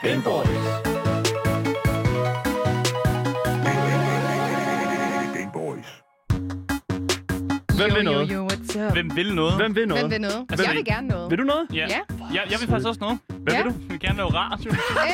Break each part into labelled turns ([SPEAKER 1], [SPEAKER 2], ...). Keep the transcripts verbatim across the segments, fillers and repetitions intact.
[SPEAKER 1] Game Boys. Game Boys.
[SPEAKER 2] Hvem vil noget?
[SPEAKER 3] Yo, yo, what's up?
[SPEAKER 4] Hvem vil noget?
[SPEAKER 2] Hvem vil noget?
[SPEAKER 3] Hvem vil noget?
[SPEAKER 4] Altså,
[SPEAKER 3] Jeg vil gerne noget.
[SPEAKER 2] Vil du noget?
[SPEAKER 4] Ja.
[SPEAKER 3] Ja.
[SPEAKER 4] Ja, jeg vil faktisk også noget.
[SPEAKER 2] Hvad
[SPEAKER 3] Ja.
[SPEAKER 2] vil du?
[SPEAKER 4] Jeg vil gerne lave radio.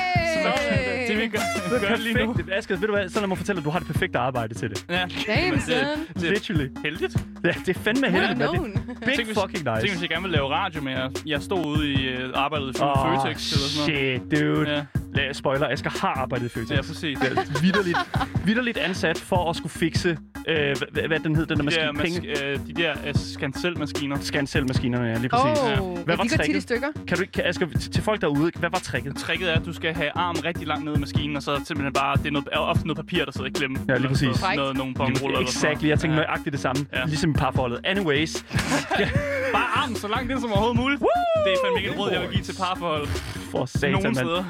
[SPEAKER 3] Hey!
[SPEAKER 4] Det vil jeg gøre, gør lige nu.
[SPEAKER 2] Perfekt. Asger, ved du hvad? Så lad mig fortælle, at du har det perfekte arbejde til det.
[SPEAKER 4] Ja.
[SPEAKER 3] Damn,
[SPEAKER 4] Men
[SPEAKER 3] son.
[SPEAKER 4] det, det er
[SPEAKER 2] Literally.
[SPEAKER 4] heldigt.
[SPEAKER 2] Ja, det er fandme heldigt,
[SPEAKER 3] Well
[SPEAKER 2] mand.
[SPEAKER 3] known.
[SPEAKER 2] Big
[SPEAKER 4] Tænk, hvis-
[SPEAKER 2] fucking nice.
[SPEAKER 4] Tænk, hvis jeg gerne vil lave radio, men jeg, jeg stod ude i uh, arbejdet i
[SPEAKER 2] Åh,
[SPEAKER 4] Føtex eller sådan noget.
[SPEAKER 2] shit, dude.
[SPEAKER 4] Ja.
[SPEAKER 2] Ja. Spoiler, Asger har arbejdet i Føtex.
[SPEAKER 4] Ja, præcis.
[SPEAKER 2] Det er vitterligt, vitterligt ansat for at skulle fikse, øh, hvad, hvad den hed, den der
[SPEAKER 4] De
[SPEAKER 2] maskine,
[SPEAKER 4] der,
[SPEAKER 2] penge.
[SPEAKER 4] mas- øh, de der uh, scan-selv-maskiner.
[SPEAKER 2] Scan-selv-maskinerne, ja, lige præcis.
[SPEAKER 3] Åh,
[SPEAKER 4] Ja.
[SPEAKER 2] Hvad
[SPEAKER 3] ja,
[SPEAKER 2] var
[SPEAKER 3] de går tit i
[SPEAKER 2] tricket?
[SPEAKER 3] stykker.
[SPEAKER 2] Kan du ikke, kan, Asger, til folk derude, hvad var tricket?
[SPEAKER 4] Tricket er, at du skal have armen rigtig langt ned i maskinen, og så simpelthen bare, det er noget, ofte noget papir, der sidder i klemme.
[SPEAKER 2] Ja, lige præcis.
[SPEAKER 4] Eller
[SPEAKER 3] Frækt.
[SPEAKER 4] noget, nogle bongruller eller sådan
[SPEAKER 2] Exactly, jeg tænkte
[SPEAKER 4] noget.
[SPEAKER 2] nøjagtigt det samme.
[SPEAKER 4] Ja.
[SPEAKER 2] Ligesom i parforholdet. Anyways.
[SPEAKER 4] Ja. Bare armen så langt ind som overhovedet muligt. Det er fandme ikke et råd, jeg vil give til parforhold.
[SPEAKER 2] For satan,
[SPEAKER 4] Nogen
[SPEAKER 2] mand.
[SPEAKER 4] steder.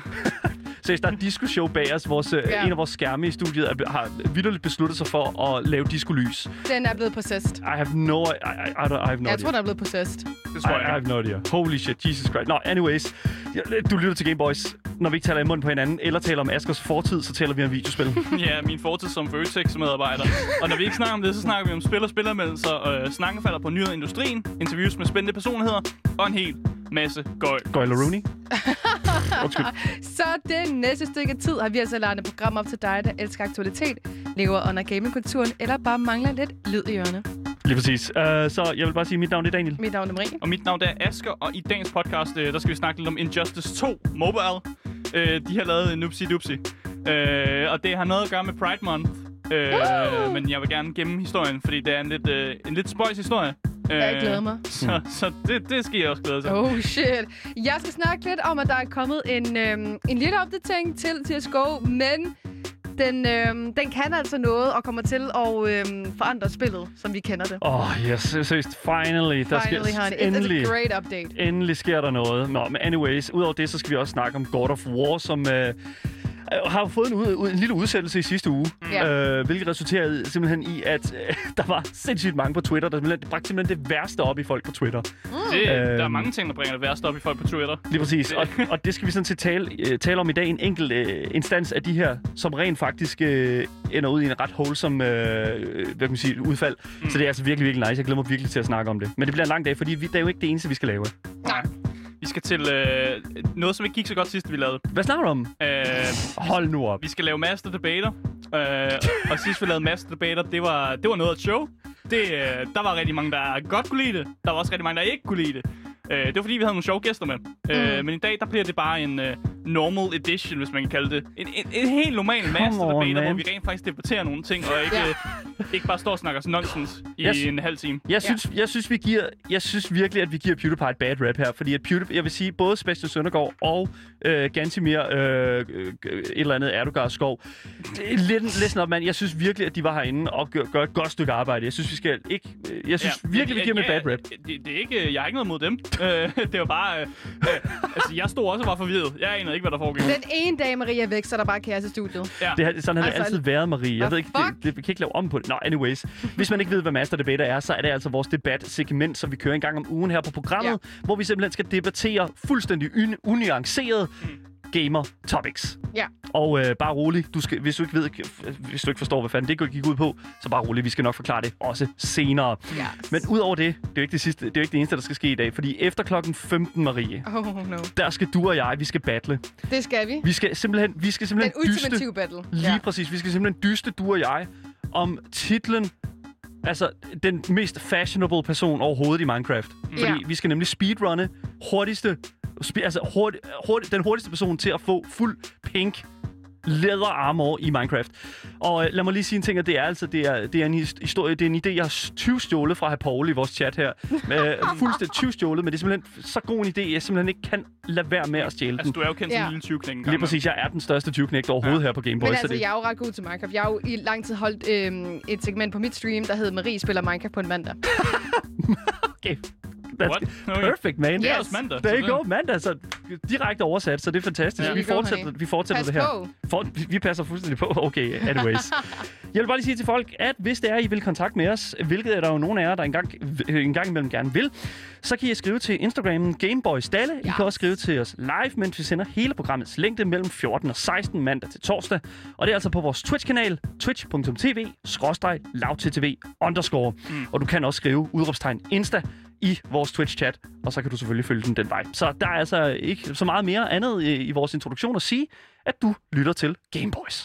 [SPEAKER 2] Så der er et disco-show bag os. Vores,
[SPEAKER 3] Ja.
[SPEAKER 2] ja. En af vores skærme i studiet er, har vitterligt besluttet sig for at lave disco-lys.
[SPEAKER 3] Den er blevet possessed.
[SPEAKER 2] I have no, I, I, I, don't, I have no
[SPEAKER 3] Jeg
[SPEAKER 2] idea.
[SPEAKER 3] tror, den er blevet possessed.
[SPEAKER 4] Det
[SPEAKER 2] I,
[SPEAKER 4] tror
[SPEAKER 2] I have
[SPEAKER 4] jeg.
[SPEAKER 2] no idea. Holy shit, Jesus Christ. Nå, anyways. Du lytter til Game Boys. Når vi ikke taler i munden på hinanden, eller taler om Askers fortid, så taler vi om videospil.
[SPEAKER 4] Ja, min fortid som Føtex-medarbejder. Og når vi ikke snakker om det, så snakker vi om spil og spillermeldelser, øh, snakken falder på nyheder i industrien, interviews med spændende personligheder, og en hel masse gøj.
[SPEAKER 2] Goyle Rooney. Undskyld.
[SPEAKER 3] Så det næste stykke tid har vi altså lavet et program op til dig, der elsker aktualitet, lever under gamingkulturen, eller bare mangler lidt lyd i ørerne.
[SPEAKER 2] Lige præcis. Uh, så jeg vil bare sige, at mit navn er Daniel.
[SPEAKER 3] Mit navn er Marie.
[SPEAKER 4] Og mit navn er Asger, og i dagens podcast, øh, der skal vi snakke lidt om Injustice to Mobile. Øh, de har lavet Noopsie Doopsie. Øh, og det har noget at gøre med Pride Month. Øh, men jeg vil gerne gemme historien, fordi det er en lidt, øh, en lidt spøjs historie. Øh,
[SPEAKER 3] Jeg glæder mig.
[SPEAKER 4] Så, så det, det skal jeg også glæde sig.
[SPEAKER 3] Oh shit. Jeg skal snakke lidt om, at der er kommet en, øhm, en lille opdatering til C S G O, men den, øhm, den kan altså noget og kommer til at øhm, forandre spillet, som vi kender det.
[SPEAKER 2] Åh, oh, yes, seriøst. Finally. Der
[SPEAKER 3] Finally,
[SPEAKER 2] sker,
[SPEAKER 3] honey. It's,
[SPEAKER 2] endelig.
[SPEAKER 3] it's a great update.
[SPEAKER 2] Endelig sker der noget. Nå, men anyways, udover det, så skal vi også snakke om God of War, som øh, har jo fået en, ud, en lille udsættelse i sidste uge.
[SPEAKER 3] Ja.
[SPEAKER 2] Øh, hvilket resulterede simpelthen i, at øh, der var sindssygt mange på Twitter. Der simpelthen, bragte simpelthen det værste op i folk på Twitter.
[SPEAKER 4] Det, der er
[SPEAKER 2] Øhm.
[SPEAKER 4] mange ting, der bringer det værste op i folk på Twitter.
[SPEAKER 2] Lige præcis.
[SPEAKER 4] Det-
[SPEAKER 2] Og, og det skal vi sådan set tale, øh, tale om i dag. En enkelt øh, instans af de her, som rent faktisk øh, ender ud i en ret wholesome øh, hvad kan man sige, udfald. Mm. Så det er altså virkelig, virkelig nice. Jeg glæder mig virkelig til at snakke om det. Men det bliver en lang dag, fordi vi, det er jo ikke det eneste, vi skal lave.
[SPEAKER 4] Nej. Vi skal til øh, noget, som ikke gik så godt sidst, vi lavede.
[SPEAKER 2] Hvad snakker du om?
[SPEAKER 4] Øh,
[SPEAKER 2] Hold nu op.
[SPEAKER 4] Vi skal lave master debater. Øh, og sidst vi lavede master debater, det var, det var noget at show. Det, øh, der var rigtig mange, der godt kunne lide det. Der var også rigtig mange, der ikke kunne lide det. Øh, det var fordi, vi havde nogle sjove gæster med. Mm. Øh, men i dag, der bliver det bare en øh, normal edition, hvis man kan kalde det. En, en, en helt normal master
[SPEAKER 2] on,
[SPEAKER 4] debater,
[SPEAKER 2] man.
[SPEAKER 4] hvor vi rent faktisk debatterer nogle ting, og ikke,
[SPEAKER 3] Ja.
[SPEAKER 4] øh, ikke bare står og snakker nonsens i
[SPEAKER 2] Jeg sy-
[SPEAKER 4] en halv time.
[SPEAKER 2] Jeg synes, jeg synes, vi giver, jeg synes virkelig, at vi giver PewDiePie et bad rap her, fordi at PewDiePie, jeg vil sige, både Sebastian Søndergaard og øh, Gantimir, øh, øh, et eller andet Erdogan Skov, det er lidt, listen op, mand. Jeg synes virkelig, at de var herinde og gør, gør et godt stykke arbejde. Jeg synes, vi skal ikke, jeg synes ja, virkelig, vi giver dem et bad rap.
[SPEAKER 4] Det, det er ikke, jeg har ikke noget mod dem. Øh, det var bare, øh, øh, altså jeg stod også og var forvirret. Jeg anede ikke, hvad der foregik.
[SPEAKER 3] Den ene dag, Maria er væk, så er der bare kaos i studiet.
[SPEAKER 4] Ja.
[SPEAKER 2] Det har, sådan har det
[SPEAKER 3] Altså,
[SPEAKER 2] altid været, Marie. Jeg
[SPEAKER 3] hvad
[SPEAKER 2] ved ikke,
[SPEAKER 3] fuck?
[SPEAKER 2] det, det, vi kan ikke lave om på det. Nå, anyways. Hvis man ikke ved, hvad Master Debater er, så er det altså vores debatsegment, som vi kører en gang om ugen her på programmet, ja. hvor vi simpelthen skal debattere fuldstændig un- unuanceret mm. gamer topics.
[SPEAKER 3] Ja.
[SPEAKER 2] Og øh, bare rolig, du skal, hvis du ikke ved, hvis du ikke forstår, hvad fanden det gik ud på, så bare rolig, vi skal nok forklare det også senere.
[SPEAKER 3] Yes.
[SPEAKER 2] Men udover det, det er jo ikke det sidste, det er jo ikke det eneste, der skal ske i dag, fordi efter klokken femten, Marie,
[SPEAKER 3] Oh no.
[SPEAKER 2] der skal du og jeg, vi skal battle.
[SPEAKER 3] Det skal vi.
[SPEAKER 2] Vi skal simpelthen, vi skal
[SPEAKER 3] Den
[SPEAKER 2] simpelthen dyste.
[SPEAKER 3] ultimative battle.
[SPEAKER 2] Lige ja. præcis. Vi skal simpelthen dyste, du og jeg, om titlen, altså den mest fashionable person overhovedet i Minecraft. Mm. Fordi
[SPEAKER 3] Ja.
[SPEAKER 2] vi skal nemlig speedrunne hurtigste, spe, altså hurtig, hurtig, den hurtigste person til at få fuld pink leather armor i Minecraft. Og øh, lad mig lige sige en ting, at det er altså det er, det er en historie, det er en idé, jeg har tyvstjålet fra Paul i vores chat her. øh, fuldstændig tyvstjålet, men det er simpelthen så god en idé, jeg simpelthen ikke kan lade være med at stjæle
[SPEAKER 4] Altså,
[SPEAKER 2] den.
[SPEAKER 4] du er jo kendt som
[SPEAKER 3] Ja.
[SPEAKER 4] en lille tyveknæk.
[SPEAKER 2] Lige præcis, jeg er den største tyveknægt overhovedet ja. her på Game Boy.
[SPEAKER 3] Men
[SPEAKER 2] så
[SPEAKER 3] altså,
[SPEAKER 2] det...
[SPEAKER 3] jeg er jo ret god til Minecraft. Jeg har jo i lang tid holdt øhm, et segment på mit stream, der hed Marie spiller Minecraft på en mandag.
[SPEAKER 2] Okay. That's
[SPEAKER 4] What? Okay.
[SPEAKER 2] perfect, man.
[SPEAKER 4] Det er
[SPEAKER 3] Yes.
[SPEAKER 4] også mandag.
[SPEAKER 2] There
[SPEAKER 4] så
[SPEAKER 2] you go, mandag. Så direkte oversat, så det er fantastisk.
[SPEAKER 4] Ja.
[SPEAKER 2] Vi
[SPEAKER 3] There you go,
[SPEAKER 2] fortsætter,
[SPEAKER 3] honey.
[SPEAKER 2] vi fortsætter
[SPEAKER 3] Pas
[SPEAKER 2] det her.
[SPEAKER 3] på.
[SPEAKER 2] For, vi, vi passer fuldstændig på. Okay, anyways. Jeg vil bare lige sige til folk, at hvis det er, I vil kontakte med os, hvilket er der jo nogen af jer, der engang, engang imellem gerne vil, så kan I skrive til Instagramen Gameboys Dalle. I
[SPEAKER 3] Ja.
[SPEAKER 2] kan også skrive til os live, mens vi sender hele programmets længde mellem fjorten og seksten mandag til torsdag. Og det er altså på vores Twitch-kanal, twitch punktum tv skråstreg lavttv underscore. Mm. Og du kan også skrive udråbstegn Insta i vores Twitch-chat, og så kan du selvfølgelig følge den den vej. Så der er altså ikke så meget mere andet i, i vores introduktion at sige, at du lytter til Gameboys.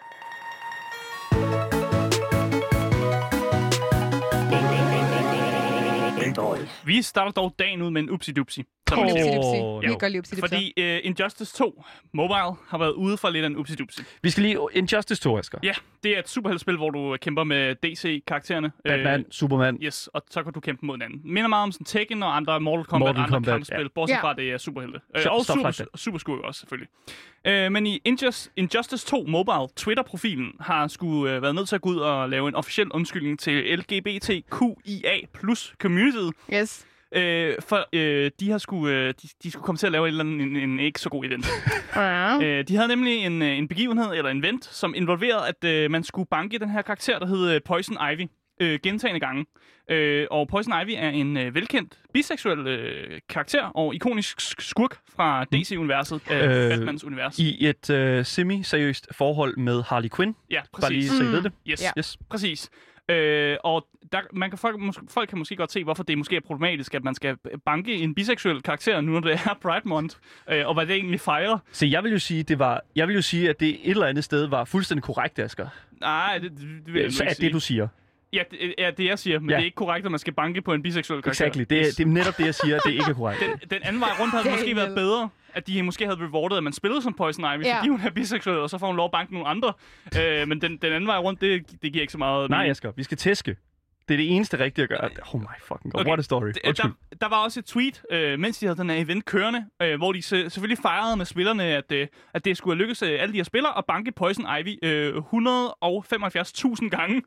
[SPEAKER 4] Vi starter dog dagen ud med en upsi-dupsi.
[SPEAKER 3] Kom,
[SPEAKER 2] Åh,
[SPEAKER 3] oh,
[SPEAKER 2] jo.
[SPEAKER 3] Vi kan godt lide upsi-dupsi.
[SPEAKER 4] Fordi uh, Injustice to Mobile har været ude for lidt af en upsi-dupsi.
[SPEAKER 2] Vi skal lige Injustice to, Asger.
[SPEAKER 4] Ja, det er et superheltespil, hvor du kæmper med D C-karaktererne.
[SPEAKER 2] Batman,
[SPEAKER 4] Øh,
[SPEAKER 2] Superman.
[SPEAKER 4] Yes, og så kan du kæmpe mod hinanden. Minder meget om sådan Tekken og andre Mortal Kombat
[SPEAKER 2] Mortal
[SPEAKER 4] og andre
[SPEAKER 2] Kombat,
[SPEAKER 4] kampspil,
[SPEAKER 2] ja.
[SPEAKER 4] bortset
[SPEAKER 3] Ja.
[SPEAKER 4] fra, at det er superhelte. Øh,
[SPEAKER 2] Sure,
[SPEAKER 4] og
[SPEAKER 2] stuff
[SPEAKER 4] super,
[SPEAKER 2] like that.
[SPEAKER 4] superskurve også, selvfølgelig. Øh, men i Injust, Injustice to Mobile, Twitter-profilen, har skulle øh, været nødt til at gå ud og lave en officiel undskyldning til L G B T Q I A plus communityet.
[SPEAKER 3] Yes.
[SPEAKER 4] Øh, for øh, de har skulle, øh, de, de skulle komme til at lave et eller andet, en, en ikke så god event.
[SPEAKER 3] Ja.
[SPEAKER 4] øh, de havde nemlig en, øh, en begivenhed, eller en event, som involverede, at øh, man skulle banke den her karakter, der hed øh, Poison Ivy, øh, gentagne gange. Øh, og Poison Ivy er en øh, velkendt biseksuel øh, karakter og ikonisk sk- skurk fra D C-universet, øh,
[SPEAKER 2] Øh,
[SPEAKER 4] Batmans univers.
[SPEAKER 2] I et øh, semi-seriøst forhold med Harley Quinn.
[SPEAKER 4] Ja,
[SPEAKER 2] Bare lige
[SPEAKER 4] præcis.
[SPEAKER 2] så I ved det.
[SPEAKER 4] Yes,
[SPEAKER 3] Ja.
[SPEAKER 2] Yes.
[SPEAKER 4] præcis. Øh, og der, man kan, folk, mås- folk kan måske godt se, hvorfor det måske er problematisk, at man skal banke en biseksuel karakter, nu når det er Pride Month, øh, og hvad det egentlig fejrer.
[SPEAKER 2] Så jeg vil jo sige, det var, jeg vil jo sige, at det et eller andet sted var fuldstændig korrekt, Asger.
[SPEAKER 4] Nej, det, det, det vil jeg
[SPEAKER 2] Så
[SPEAKER 4] nu
[SPEAKER 2] er
[SPEAKER 4] ikke
[SPEAKER 2] det, du
[SPEAKER 4] sige.
[SPEAKER 2] siger.
[SPEAKER 4] Ja, det er det, jeg siger, men
[SPEAKER 2] Ja.
[SPEAKER 4] det er ikke korrekt, at man skal banke på en biseksuel karakter.
[SPEAKER 2] Exakt. Det, er- det er netop det, jeg siger, at det ikke er korrekt.
[SPEAKER 4] Den, den anden vej rundt havde det måske været bedre, at de måske havde rewardet, at man spillede som Poison Ivy,
[SPEAKER 3] Ja.
[SPEAKER 4] fordi hun er biseksuel, og så får hun lov at banke nogle andre. øh, men den, den anden vej rundt, det, det giver ikke så meget.
[SPEAKER 2] Nej,
[SPEAKER 4] mening.
[SPEAKER 2] Asger, vi skal tæske. Det er det eneste rigtige at gøre. Oh my fucking god.
[SPEAKER 4] Okay.
[SPEAKER 2] What a story.
[SPEAKER 4] D-
[SPEAKER 2] Undskyld.
[SPEAKER 4] Der, der var også et tweet, øh, mens de havde den her event kørende, øh, hvor de se, selvfølgelig fejrede med spillerne, at, øh, at det skulle lykkes øh, alle de her spillere at banke Poison Ivy øh, et hundrede og femoghalvfjerds tusind gange.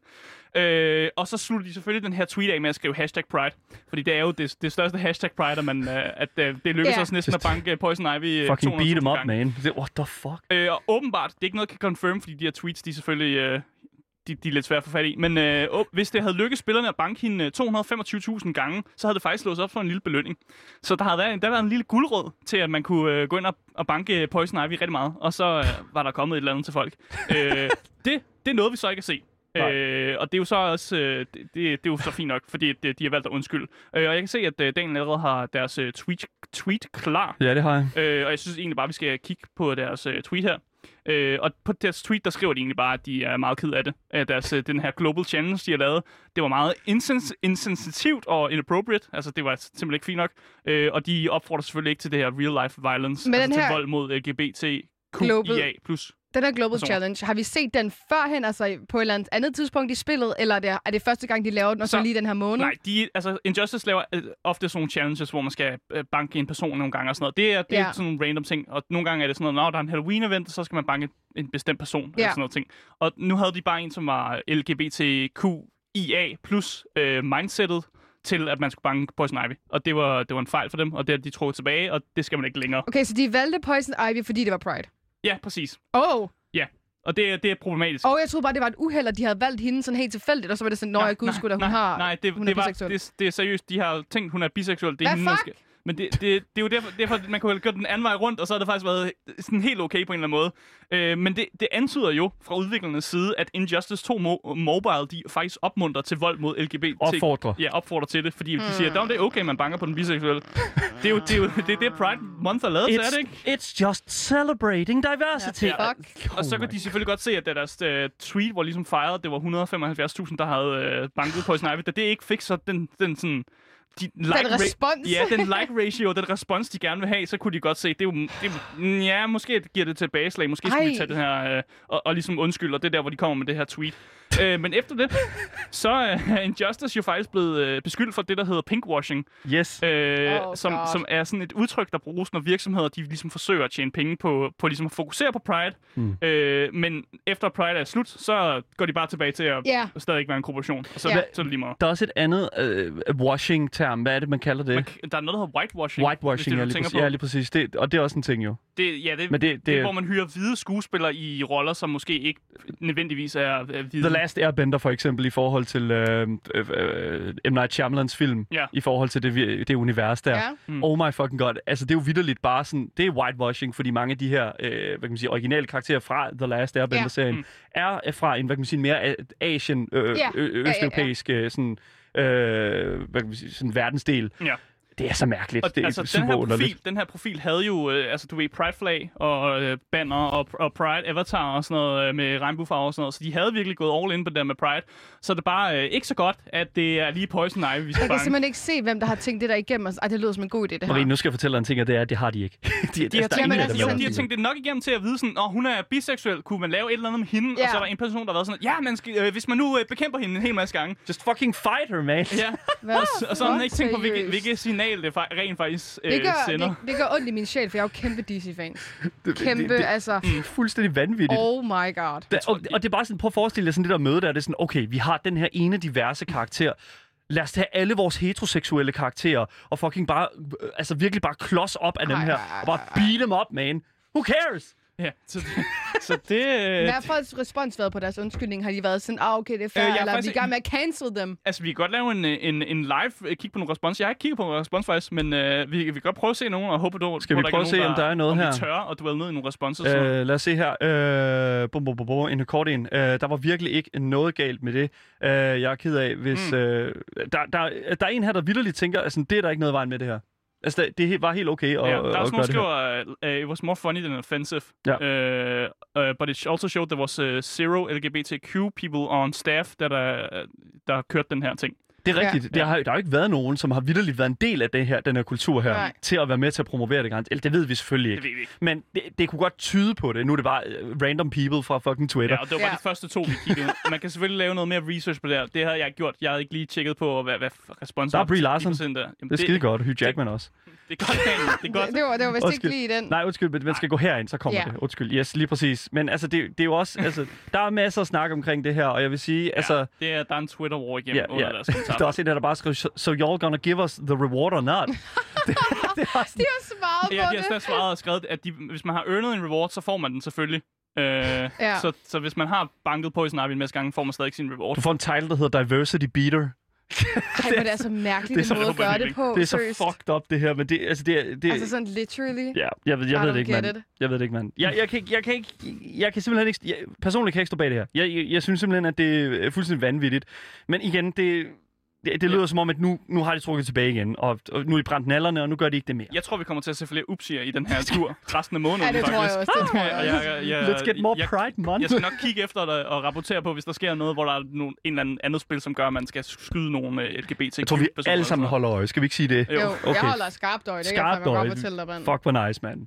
[SPEAKER 4] Øh, og så sluttede de selvfølgelig den her tweet af med at skrive hashtag Pride. Fordi det er jo det, det største hashtag Pride, at, man, øh, at øh, det lykkedes
[SPEAKER 3] Ja.
[SPEAKER 4] os næsten at banke Poison Ivy øh,
[SPEAKER 2] Fucking beat him up,
[SPEAKER 4] gange.
[SPEAKER 2] man. Det- What the fuck?
[SPEAKER 4] Øh, og åbenbart, det er ikke noget, jeg kan confirm, fordi de her tweets, de er selvfølgelig øh, de, de er lidt svære at få fat i. Men øh, åh, hvis det havde lykkes spillerne at banke hende øh, to hundrede og femogtyve tusind gange, så havde det faktisk låst op for en lille belønning. Så der havde været, der havde været en lille guldråd til, at man kunne øh, gå ind og, og banke Poison Ivy rigtig meget. Og så øh, var der kommet et eller andet til folk. øh, det, det er noget, vi så ikke kan se. Øh, og det er jo så også øh, det, det, det er jo så fint nok, fordi det, de har valgt at undskylde. Øh, og jeg kan se, at øh, Daniel allerede har deres øh, tweet, tweet klar.
[SPEAKER 2] Ja, det har jeg.
[SPEAKER 4] Øh, og jeg synes egentlig bare, vi skal kigge på deres øh, tweet her. Øh, og på deres tweet, der skriver de egentlig bare, at de er meget ked af det. At deres, øh, den her global challenge, de har lavet, det var meget insens- insensitivt og inappropriate. Altså, det var simpelthen ikke fint nok. Øh, og de opfordrer selvfølgelig ikke til det her real-life violence.
[SPEAKER 3] Men
[SPEAKER 4] altså
[SPEAKER 3] den
[SPEAKER 4] til
[SPEAKER 3] her
[SPEAKER 4] vold mod L G B T Q
[SPEAKER 3] global-
[SPEAKER 4] I A plus.
[SPEAKER 3] Den her Global
[SPEAKER 4] Personer.
[SPEAKER 3] Challenge, har vi set den førhen, altså på et eller andet, andet tidspunkt i spillet, eller er det, er det første gang, de laver den, og så,
[SPEAKER 4] Så-
[SPEAKER 3] lige den her måned?
[SPEAKER 4] Nej, de, altså Injustice laver øh, ofte sådan nogle challenges, hvor man skal øh, banke en person nogle gange og sådan noget. Det er, det er
[SPEAKER 3] Ja.
[SPEAKER 4] sådan nogle random ting, og nogle gange er det sådan noget, når der er en Halloween-event, så skal man banke en bestemt person, eller
[SPEAKER 3] Ja.
[SPEAKER 4] sådan noget ting. Og nu havde de bare en, som var L G B T Q I A plus øh, mindsetet til, at man skulle banke Poison Ivy. Og det var, det var en fejl for dem, og det har de trukket tilbage, og det skal man ikke længere.
[SPEAKER 3] Okay, så de valgte Poison Ivy, fordi det var Pride.
[SPEAKER 4] Ja, præcis.
[SPEAKER 3] Oh,
[SPEAKER 4] Og det, er- det er problematisk.
[SPEAKER 3] og jeg troede bare, det var et uheld, at de havde valgt hende sådan helt tilfældigt, og så var det sådan, nå, jeg gud skulle da, hun
[SPEAKER 4] nej,
[SPEAKER 3] har,
[SPEAKER 4] Nej, det,
[SPEAKER 3] hun er
[SPEAKER 4] det, var,
[SPEAKER 3] biseksuel.
[SPEAKER 4] det, det er seriøst. De har tænkt, hun er biseksuel. Det er
[SPEAKER 3] Hvad
[SPEAKER 4] hende, man
[SPEAKER 3] fuck?
[SPEAKER 4] skal, men det, det, det er jo derfor, derfor, man kunne have gjort den anden vej rundt, og så har det faktisk været sådan helt okay på en eller anden måde. Øh, men det, det antyder jo fra udviklernes side, at Injustice to Mo- Mobile, de faktisk opmuntrer til vold mod L G B T.
[SPEAKER 2] Opfordrer.
[SPEAKER 4] Ja, opfordrer til det, fordi
[SPEAKER 3] Hmm.
[SPEAKER 4] de siger, at det er okay, man banker på den biseksuelle. Det er jo det, er jo, det, er det Pride Month er lavet til, er det ikke?
[SPEAKER 2] it's just celebrating diversity.
[SPEAKER 3] Ja, fuck.
[SPEAKER 4] Og så kan de selvfølgelig godt se, at det deres uh, tweet, hvor ligesom fejrede, at det var et hundrede og femoghalvfjerds tusind, der havde uh, banket Poison Ivy. Da det ikke fik så den, den sådan... De like
[SPEAKER 3] Den respons.
[SPEAKER 4] Ja, den like ratio, den respons, de gerne vil have, så kunne de godt se, det er jo... Det er, ja, måske giver det tilbageslag. Måske skulle
[SPEAKER 3] Ej.
[SPEAKER 4] vi tage det her uh, og, og ligesom undskylde, og det er der, hvor de kommer med det her tweet. uh, men efter det, så uh, er Injustice jo faktisk blevet uh, beskyldt for det, der hedder pinkwashing.
[SPEAKER 2] Yes.
[SPEAKER 4] Øh,
[SPEAKER 3] Oh,
[SPEAKER 4] som,
[SPEAKER 3] God.
[SPEAKER 4] som er sådan et udtryk, der bruges, når virksomheder de ligesom forsøger at tjene penge på, på ligesom at fokusere på Pride.
[SPEAKER 2] Mm.
[SPEAKER 4] Øh, men efter Pride er slut, så går de bare tilbage til at
[SPEAKER 3] Ja.
[SPEAKER 4] stadig være en korporation. Og så,
[SPEAKER 3] Ja.
[SPEAKER 4] yeah. så er det lige meget.
[SPEAKER 2] Der er også et andet øh, washing-term, skærm. Hvad er det, man kalder det?
[SPEAKER 4] Man, der er noget, der hedder whitewashing.
[SPEAKER 2] Whitewashing, ja, lige præcis, ja, lige præcis. Det, og det er også en ting, jo.
[SPEAKER 4] Det, ja, det,
[SPEAKER 2] Men det,
[SPEAKER 4] det, det er, hvor man hyrer hvide skuespillere i roller, som måske ikke nødvendigvis er, er hvide.
[SPEAKER 2] The Last Airbender, for eksempel, i forhold til øh, øh, øh, M. Night Shyamalans film. Ja. I forhold til det, det univers der. Ja. Mm. Oh my fucking god. Altså, det er jo vitterligt bare sådan... Det er whitewashing, fordi mange af de her, øh, hvad kan man sige, originale karakterer fra The Last Airbender-serien ja. mm. er fra en, hvad kan man sige, mere Asian, øh, ja. østeuropæisk, ja, ja, ja. sådan... Øh, hvad kan man sige, sådan verdensdel. Ja. Det er så mærkeligt. Og, det er
[SPEAKER 4] altså,
[SPEAKER 2] super
[SPEAKER 4] den her profil,
[SPEAKER 2] underligt.
[SPEAKER 4] Den her profil havde jo, øh, altså du ved, Pride-flag og øh, banner og, og Pride-avatar og sådan noget øh, med regnbuefarver og sådan noget. Så de havde virkelig gået all in på det der med Pride. Så det er bare øh, ikke så godt, at det er lige Poison Ivy, vi skal
[SPEAKER 3] Jeg
[SPEAKER 4] bange.
[SPEAKER 3] kan simpelthen ikke se, hvem der har tænkt det der igennem. Ej, det lyder som en god idé, det her.
[SPEAKER 2] Marie, nu skal jeg fortælle dig en ting, og det er, at det har de ikke. de,
[SPEAKER 4] de, har tænkt, jamen, altså, jo, de har tænkt det nok igennem til at vide sådan, åh, hun er biseksuel, kunne man lave et eller andet med hende? Ja. Og så er der en person, der har været sådan, ja, man skal, øh, hvis man nu øh, bekæmper hende en hel masse gange.
[SPEAKER 2] Just fucking fight her, man.
[SPEAKER 4] Ja. og, og så har man ikke tænkt på, hvilket, hvilket signal det rent faktisk øh,
[SPEAKER 3] det gør,
[SPEAKER 4] sender.
[SPEAKER 3] Det, det gør ondt i min sjæl, for jeg er jo kæmpe D C-fans. Kæmpe, det, det, altså...
[SPEAKER 2] Mm. Fuldstændig vanvittigt.
[SPEAKER 3] Oh my god.
[SPEAKER 2] Da, og, og det er bare sådan, prøv at forestille dig sådan det der møde der, det er sådan, okay, vi har den her ene diverse karakter. Lad os tage alle vores heteroseksuelle karakterer og fucking bare, altså virkelig bare klods op af ej, dem her. Ej, ej, og bare beat dem op, man. Who cares?
[SPEAKER 4] Ja, så det... så det
[SPEAKER 3] Hvad har folks respons været på deres undskyldning? Har de været sådan, ah, okay, det er fair, øh, eller er vi i gang med at cancel dem?
[SPEAKER 4] Altså, vi kan godt lave en, en, en live kig på nogle respons. Jeg har ikke kigget på nogle respons faktisk, men øh, vi, vi kan godt prøve at se nogen, og håbe, du,
[SPEAKER 2] skal vi prøve at se, om der er noget
[SPEAKER 4] om
[SPEAKER 2] her?
[SPEAKER 4] Om vi tør, og du er ned i nogle responser. Øh,
[SPEAKER 2] lad os se her. Øh, bum, bum, bum, bum, en kort en. Øh, der var virkelig ikke noget galt med det. Øh, jeg er ked af, hvis... Mm. Øh, der, der, der er en her, der vitterligt tænker, altså, det er der ikke noget vejen med det her. Altså, det var helt okay at,
[SPEAKER 4] ja, der er også nogen,
[SPEAKER 2] der
[SPEAKER 4] skriver, uh, it was more funny than offensive. Ja. Uh, uh, but it also showed there was uh, zero L G B T Q people on staff, der, der, der kørte den her ting.
[SPEAKER 2] Det er rigtigt. Ja. Der, har, der har jo ikke været nogen, som har vitterligt været en del af det her, den her kultur her,
[SPEAKER 3] nej,
[SPEAKER 2] til at være med til at promovere det. Eller det ved vi selvfølgelig ikke.
[SPEAKER 4] Det ved vi ikke.
[SPEAKER 2] Men det, det kunne godt tyde på det. Nu er det bare random people fra fucking Twitter.
[SPEAKER 4] Ja, og det var bare ja. de første to, vi kiggede. Man kan selvfølgelig lave noget mere research på det her. Det havde jeg ikke gjort. Jeg havde ikke lige tjekket på, hvad, hvad responsen
[SPEAKER 2] var. Der er Brie Larson. Der. Jamen, det er skide det, godt. Hugh Jackman
[SPEAKER 4] det,
[SPEAKER 2] også.
[SPEAKER 4] Det er godt, det er godt.
[SPEAKER 3] Det, det var, det var vist undskyld. Ikke lige den.
[SPEAKER 2] Nej, undskyld, men man skal gå herind, så kommer ja. det. Undskyld. Yes, lige præcis. Men altså, det, det er jo også, altså, der er masser af snak omkring det her, og jeg vil sige, ja, altså...
[SPEAKER 4] Det er, der er en Twitter-war igennem
[SPEAKER 2] ja, ja. Der er også en, der bare skriver, so you're gonna give us the reward or not? det,
[SPEAKER 3] det, det er også... De har svaret på
[SPEAKER 4] ja,
[SPEAKER 3] det.
[SPEAKER 4] Ja, de har svaret og skrevet, at de, hvis man har earnet en reward, så får man den selvfølgelig. Øh, ja. så, så hvis man har banket Poison Ivy en masse gange, får man stadig sin reward.
[SPEAKER 2] Du får en title, der hedder Diversity Beater.
[SPEAKER 3] Ej, men det er så mærkeligt, det er så måde at gøre det på.
[SPEAKER 2] Det er så fucked up, det her, men det, altså, det, det
[SPEAKER 3] altså sådan literally?
[SPEAKER 2] Ja, jeg ved, jeg ved det ikke, mand. Jeg ved det ikke, mand. Jeg, jeg, kan ikke, jeg kan ikke, jeg kan simpelthen ikke, jeg, personligt kan jeg ikke stå bag det her. Jeg, jeg, jeg synes simpelthen, at det er fuldstændig vanvittigt. Men igen, det... Det, det lyder ja. som om, at nu, nu har de trukket tilbage igen, og, og nu er de brændt nallerne, og nu gør de ikke det mere.
[SPEAKER 4] Jeg tror, vi kommer til at se flere upsier i den her tur resten af måneden.
[SPEAKER 3] Ja, det
[SPEAKER 4] faktisk.
[SPEAKER 3] tror jeg også. Det tror jeg også.
[SPEAKER 4] Jeg, jeg, jeg,
[SPEAKER 2] Let's get more
[SPEAKER 4] jeg,
[SPEAKER 2] Pride month.
[SPEAKER 4] Jeg skal nok kigge efter det og rapportere på, hvis der sker noget, hvor der er nogen, en eller anden andet spil, som gør, at man skal skyde nogle L G B T.
[SPEAKER 2] Jeg tror, vi alle sammen holder øje. Skal vi ikke sige det?
[SPEAKER 3] Jo, okay. Jeg holder skarpt øje. Det
[SPEAKER 2] skarpt
[SPEAKER 3] kan jeg godt fortælle dig, mand.
[SPEAKER 2] Fuck, hvor nice, mand.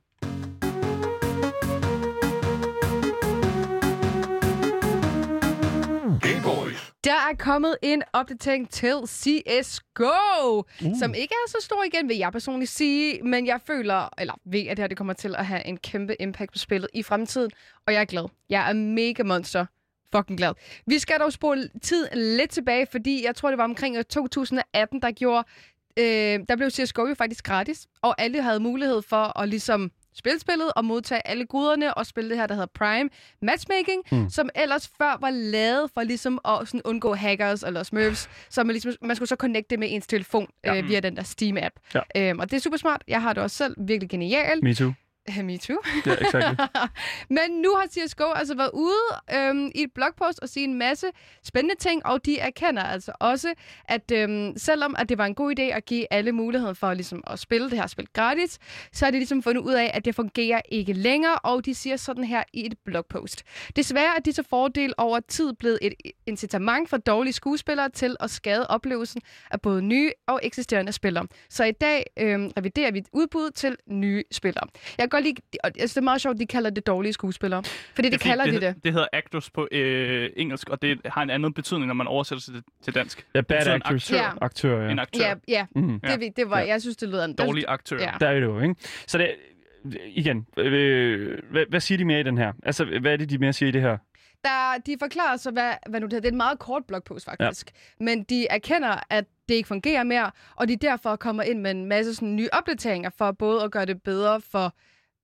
[SPEAKER 3] Der er kommet en opdatering til C S G O, uh. som ikke er så stor igen, vil jeg personligt sige, men jeg føler, eller ved, at det her det kommer til at have en kæmpe impact på spillet i fremtiden, og jeg er glad. Jeg er mega monster. Fucking glad. Vi skal dog spole tiden lidt tilbage, fordi jeg tror, det var omkring to tusind atten, der gjorde, øh, der blev C S G O jo faktisk gratis, og alle havde mulighed for at ligesom spille spillet og modtage alle goderne og spille det her, der hedder Prime Matchmaking, mm. som ellers før var lavet for ligesom at sådan undgå hackers eller smurfs, så man, ligesom, man skulle så connecte med ens telefon ja. øh, via den der Steam-app. Ja. Øhm, og det er super smart. Jeg har det også selv virkelig genialt.
[SPEAKER 2] Me too.
[SPEAKER 3] Me too.
[SPEAKER 2] Ja, yeah, exactly.
[SPEAKER 3] Men nu har C S G O altså været ude øhm, i et blogpost og sige en masse spændende ting, og de erkender altså også, at øhm, selvom at det var en god idé at give alle muligheden for ligesom, at spille det her spil gratis, så er de ligesom fundet ud af, at det fungerer ikke længere, og de siger sådan her i et blogpost. Desværre er disse fordele over tid blevet et incitament for dårlige skuespillere til at skade oplevelsen af både nye og eksisterende spillere. Så i dag øhm, reviderer vi udbuddet til nye spillere. Jeg godt lide, altså det er meget sjovt, de kalder det dårlige skuespillere. Fordi det, det kalder
[SPEAKER 4] det,
[SPEAKER 3] de det.
[SPEAKER 4] Det hedder actors på øh, engelsk, og det har en anden betydning, når man oversætter det til dansk.
[SPEAKER 2] Ja, bad actors.
[SPEAKER 3] Aktør.
[SPEAKER 2] Ja. Aktør, ja.
[SPEAKER 4] En aktør.
[SPEAKER 3] Ja, ja. Mm-hmm. Det, det var,
[SPEAKER 2] ja.
[SPEAKER 3] Jeg synes, det lyder en
[SPEAKER 4] dårlig aktør.
[SPEAKER 3] Ja.
[SPEAKER 2] Der er det jo, ikke? Så det, igen, øh, hvad, hvad siger de mere i den her? Altså, hvad er det, de mere siger i det her?
[SPEAKER 3] Der, de forklarer så, hvad, hvad nu det hedder. Det er en meget kort blogpost, faktisk. Ja. Men de erkender, at det ikke fungerer mere, og de derfor kommer ind med en masse sådan, nye opdateringer for både at gøre det bedre for,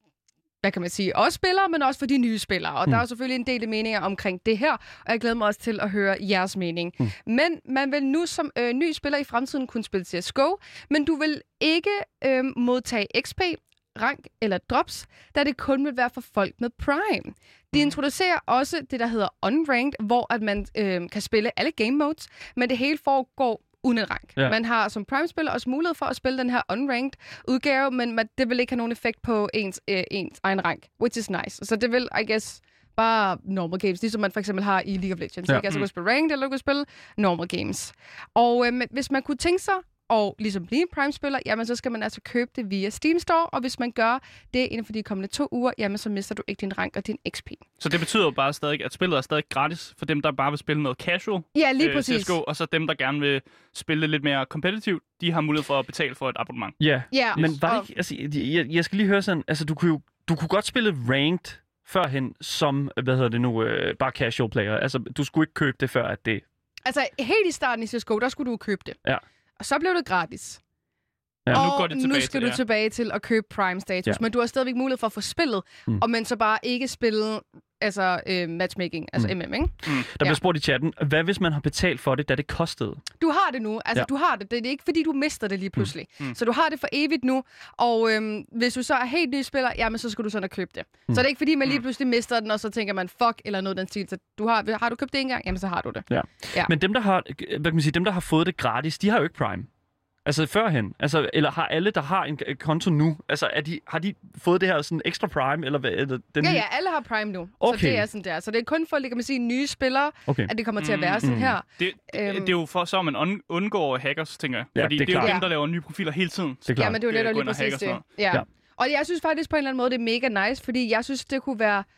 [SPEAKER 3] hvad kan man sige, os spillere, men også for de nye spillere. Og mm. der er selvfølgelig en del af meninger omkring det her, og jeg glæder mig også til at høre jeres mening. Mm. Men man vil nu som øh, ny spiller i fremtiden kunne spille C S G O, men du vil ikke øh, modtage X P, rank eller drops, da det kun vil være for folk med Prime. De introducerer også det, der hedder Unranked, hvor at man øh, kan spille alle game modes, men det hele foregår uden en rank. Ja. Man har som Prime-spiller også mulighed for at spille den her Unranked udgave, men man, det vil ikke have nogen effekt på ens, øh, ens egen rank, which is nice. Så det vil, I guess, bare normal games, ligesom man for eksempel har i League of Legends. Ja. Ikke? Altså, du kan spille ranked, eller du kan spille normal games. Og øh, hvis man kunne tænke sig og ligesom blive en Prime-spiller, jamen så skal man altså købe det via Steam Store, og hvis man gør det inden for de kommende to uger, jamen så mister du ikke din rank og din X P.
[SPEAKER 4] Så det betyder jo bare stadig, at spillet er stadig gratis for dem, der bare vil spille noget casual,
[SPEAKER 3] ja, lige
[SPEAKER 4] øh,
[SPEAKER 3] præcis.
[SPEAKER 4] C S G O, og så dem, der gerne vil spille lidt mere kompetitivt, de har mulighed for at betale for et abonnement.
[SPEAKER 2] Ja,
[SPEAKER 3] ja.
[SPEAKER 2] Men var det ikke, altså, jeg, jeg skal lige høre sådan, altså du kunne jo du kunne godt spille ranked førhen som, hvad hedder det nu, øh, bare casual player. Altså du skulle ikke købe det før, at det...
[SPEAKER 3] Altså helt i starten i C S G O, der skulle du købe det.
[SPEAKER 2] Ja.
[SPEAKER 3] Og så blev det gratis.
[SPEAKER 4] Ja.
[SPEAKER 3] Og
[SPEAKER 4] nu, går det tilbage
[SPEAKER 3] nu skal
[SPEAKER 4] til,
[SPEAKER 3] du
[SPEAKER 4] ja.
[SPEAKER 3] tilbage til at købe Prime-status. Ja. Men du har stadigvæk mulighed for at få spillet, mm. og men så bare ikke spille altså, øh, matchmaking, altså mm. M M, ikke? Mm.
[SPEAKER 2] Der bliver ja. spurgt i chatten, hvad hvis man har betalt for det, da det kostede?
[SPEAKER 3] Du har det nu. Altså,
[SPEAKER 2] ja.
[SPEAKER 3] du har det. Det er ikke, fordi du mister det lige pludselig.
[SPEAKER 2] Mm.
[SPEAKER 3] Mm. Så du har det for evigt nu, og øhm, hvis du så er helt ny spiller, jamen, så skal du sådan at købe det. Mm. Så det er ikke, fordi man lige pludselig mister den, og så tænker man, fuck, eller noget af den stil. Så du har, har du købt det en gang, jamen, så har du det.
[SPEAKER 2] Ja.
[SPEAKER 3] Ja.
[SPEAKER 2] Men dem der, har, hvad kan man sige, dem, der har fået det gratis, de har jo ikke Prime. Altså førhen, altså, eller har alle, der har en konto nu, altså er de, har de fået det her sådan ekstra Prime, eller hvad? Eller den
[SPEAKER 3] ja,
[SPEAKER 2] nye?
[SPEAKER 3] ja, alle har Prime nu,
[SPEAKER 2] okay.
[SPEAKER 3] så det er sådan der. Så det er kun for, kan man sige, nye spillere,
[SPEAKER 2] okay.
[SPEAKER 3] at det kommer til at være sådan mm. her.
[SPEAKER 4] Det, det,
[SPEAKER 3] øhm.
[SPEAKER 4] det er jo for, så man un- undgår hackers, tænker jeg.
[SPEAKER 2] Ja,
[SPEAKER 4] Fordi
[SPEAKER 2] det er,
[SPEAKER 4] det er jo
[SPEAKER 2] klart.
[SPEAKER 4] dem, der laver nye profiler hele tiden.
[SPEAKER 2] Det er klart.
[SPEAKER 3] Ja, men det er jo netop lige præcis det. Ja. ja. Og jeg synes faktisk på en eller anden måde, det er mega nice, fordi jeg synes, det kunne være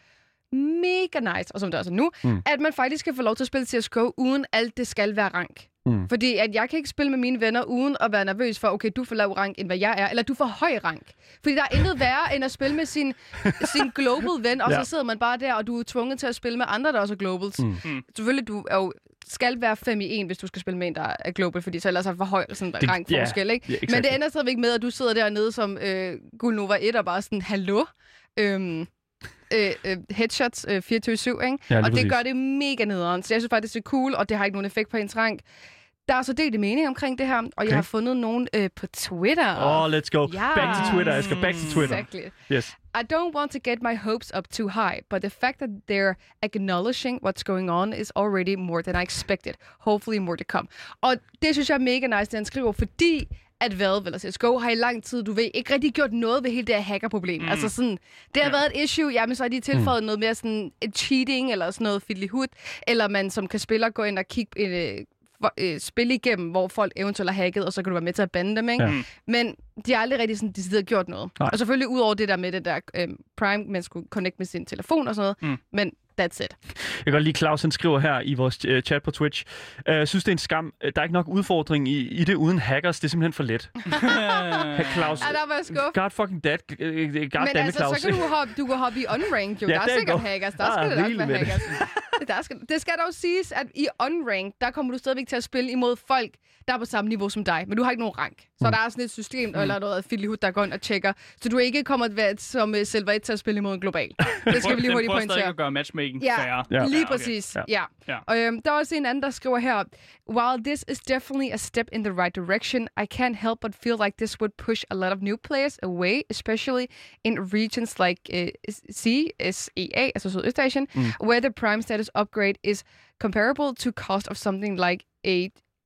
[SPEAKER 3] mega nice, og som det er så nu, mm. at man faktisk kan få lov til at spille C S G O, uden alt det skal være rank. Mm. Fordi at jeg kan ikke spille med mine venner, uden at være nervøs for, okay, du får lav rank, end hvad jeg er, eller du får høj rank. Fordi der er intet værre, end at spille med sin, sin global ven, og ja. så sidder man bare der, og du er tvunget til at spille med andre, der også er globals. Mm. Mm. Selvfølgelig, du er jo skal være fem i en, hvis du skal spille med en, der er global, fordi så ellers er for høj sådan det, rangforskel, ikke?
[SPEAKER 2] Yeah, exactly.
[SPEAKER 3] Men det ender stadigvæk med, at du sidder dernede som øh, Gulnova et og bare sådan, hallo? Øhm, øh, øh, headshots øh, fireogtyve syv, ikke?
[SPEAKER 2] Ja,
[SPEAKER 3] og det
[SPEAKER 2] præcis.
[SPEAKER 3] gør det mega nederen. Så jeg synes faktisk, det er cool, og det har ikke nogen effekt på ens rank. Der er så delt mening omkring det her, og okay. jeg har fundet nogen øh, på Twitter.
[SPEAKER 2] Oh, let's go. Yeah. Back to Twitter, Asger. Back to Twitter.
[SPEAKER 3] Exactly.
[SPEAKER 2] Yes.
[SPEAKER 3] I don't want to get my hopes up too high, but the fact that they're acknowledging what's going on is already more than I expected. Hopefully more to come. Og det synes jeg er mega nice, det han skriver, fordi at Valve eller C S G O har i lang tid, du ved, ikke rigtig gjort noget ved hele det her hackerproblem. Mm. Altså sådan, det har ja. været et issue, jamen så har de tilføjet mm. noget mere sådan et cheating, eller sådan noget fiddly-hood, eller man som kan spiller gå ind og kigge øh, øh, spil igennem, hvor folk eventuelt har hacket, og så kan du være med til at bande dem, ikke? Ja. Men de har aldrig rigtig sådan decideret gjort noget. Nej. Og selvfølgelig ud over det der med det der øh, Prime, man skulle connect med sin telefon og sådan noget, mm. men that's it.
[SPEAKER 2] Jeg kan godt lide, Claus han skriver her i vores uh, chat på Twitch. Jeg uh, synes, det er en skam. Der er ikke nok udfordring i, i det uden hackers. Det er simpelthen for let. Hey, Claus.
[SPEAKER 3] Ja, der var jeg skuffet.
[SPEAKER 2] God fucking that. Uh, God
[SPEAKER 3] Men
[SPEAKER 2] damn
[SPEAKER 3] altså,
[SPEAKER 2] Claus.
[SPEAKER 3] så kan du hoppe, du kan hoppe i Unranked, jo.
[SPEAKER 2] Ja,
[SPEAKER 3] der er sikkert
[SPEAKER 2] går.
[SPEAKER 3] hackers. Der
[SPEAKER 2] ah,
[SPEAKER 3] skal det nok være hackers.
[SPEAKER 2] Det.
[SPEAKER 3] Der skal, det skal dog siges, at i Unranked, der kommer du stadigvæk til at spille imod folk, der er på samme niveau som dig, men du har ikke nogen rank. Så mm. der er sådan et system, mm. eller noget fiddly-hood, der går ind og tjekker, så du ikke kommer at være som uh, Silver et til at spille imod en global. Det skal vi lige hurtigt pointere.
[SPEAKER 4] Den prøver stadig at gøre matchmaking
[SPEAKER 3] ja,
[SPEAKER 4] færre.
[SPEAKER 3] Ja, lige
[SPEAKER 4] ja, okay.
[SPEAKER 3] præcis. Ja.
[SPEAKER 4] Ja.
[SPEAKER 3] Ja. Og øhm, der er også en anden, der skriver her, while this is definitely a step in the right direction, I can't help but feel like this would push a lot of new players away, especially in regions like uh, C, S E A, altså Sydøstasien, mm. where the Prime status upgrade is comparable to cost of something like a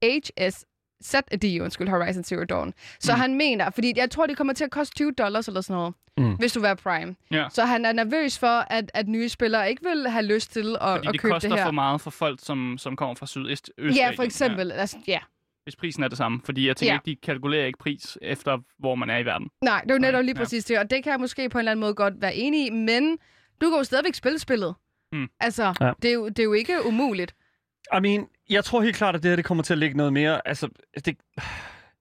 [SPEAKER 3] H S Z D, undskyld, Horizon Zero Dawn. Så mm. han mener, fordi jeg tror, det kommer til at koste tyve dollars eller sådan noget, mm. hvis du er Prime.
[SPEAKER 4] Ja.
[SPEAKER 3] Så han er nervøs for, at, at nye spillere ikke vil have lyst til at, at købe det her.
[SPEAKER 4] Fordi det koster for meget for folk, som, som kommer fra Sydøst.
[SPEAKER 3] Ja, for eksempel. Ja. Altså, ja.
[SPEAKER 4] Hvis prisen er det samme. Fordi jeg tænker
[SPEAKER 3] ja.
[SPEAKER 4] ikke, de kalkulerer ikke pris efter, hvor man er i verden.
[SPEAKER 3] Nej, det er jo netop lige præcis det. Og det kan jeg måske på en eller anden måde godt være enig i, men du kan jo stadigvæk spille spillet. Mm. Altså, ja. det, er jo, det er jo ikke umuligt.
[SPEAKER 2] I mean, jeg tror helt klart, at det her det kommer til at ligge noget mere. Altså, det,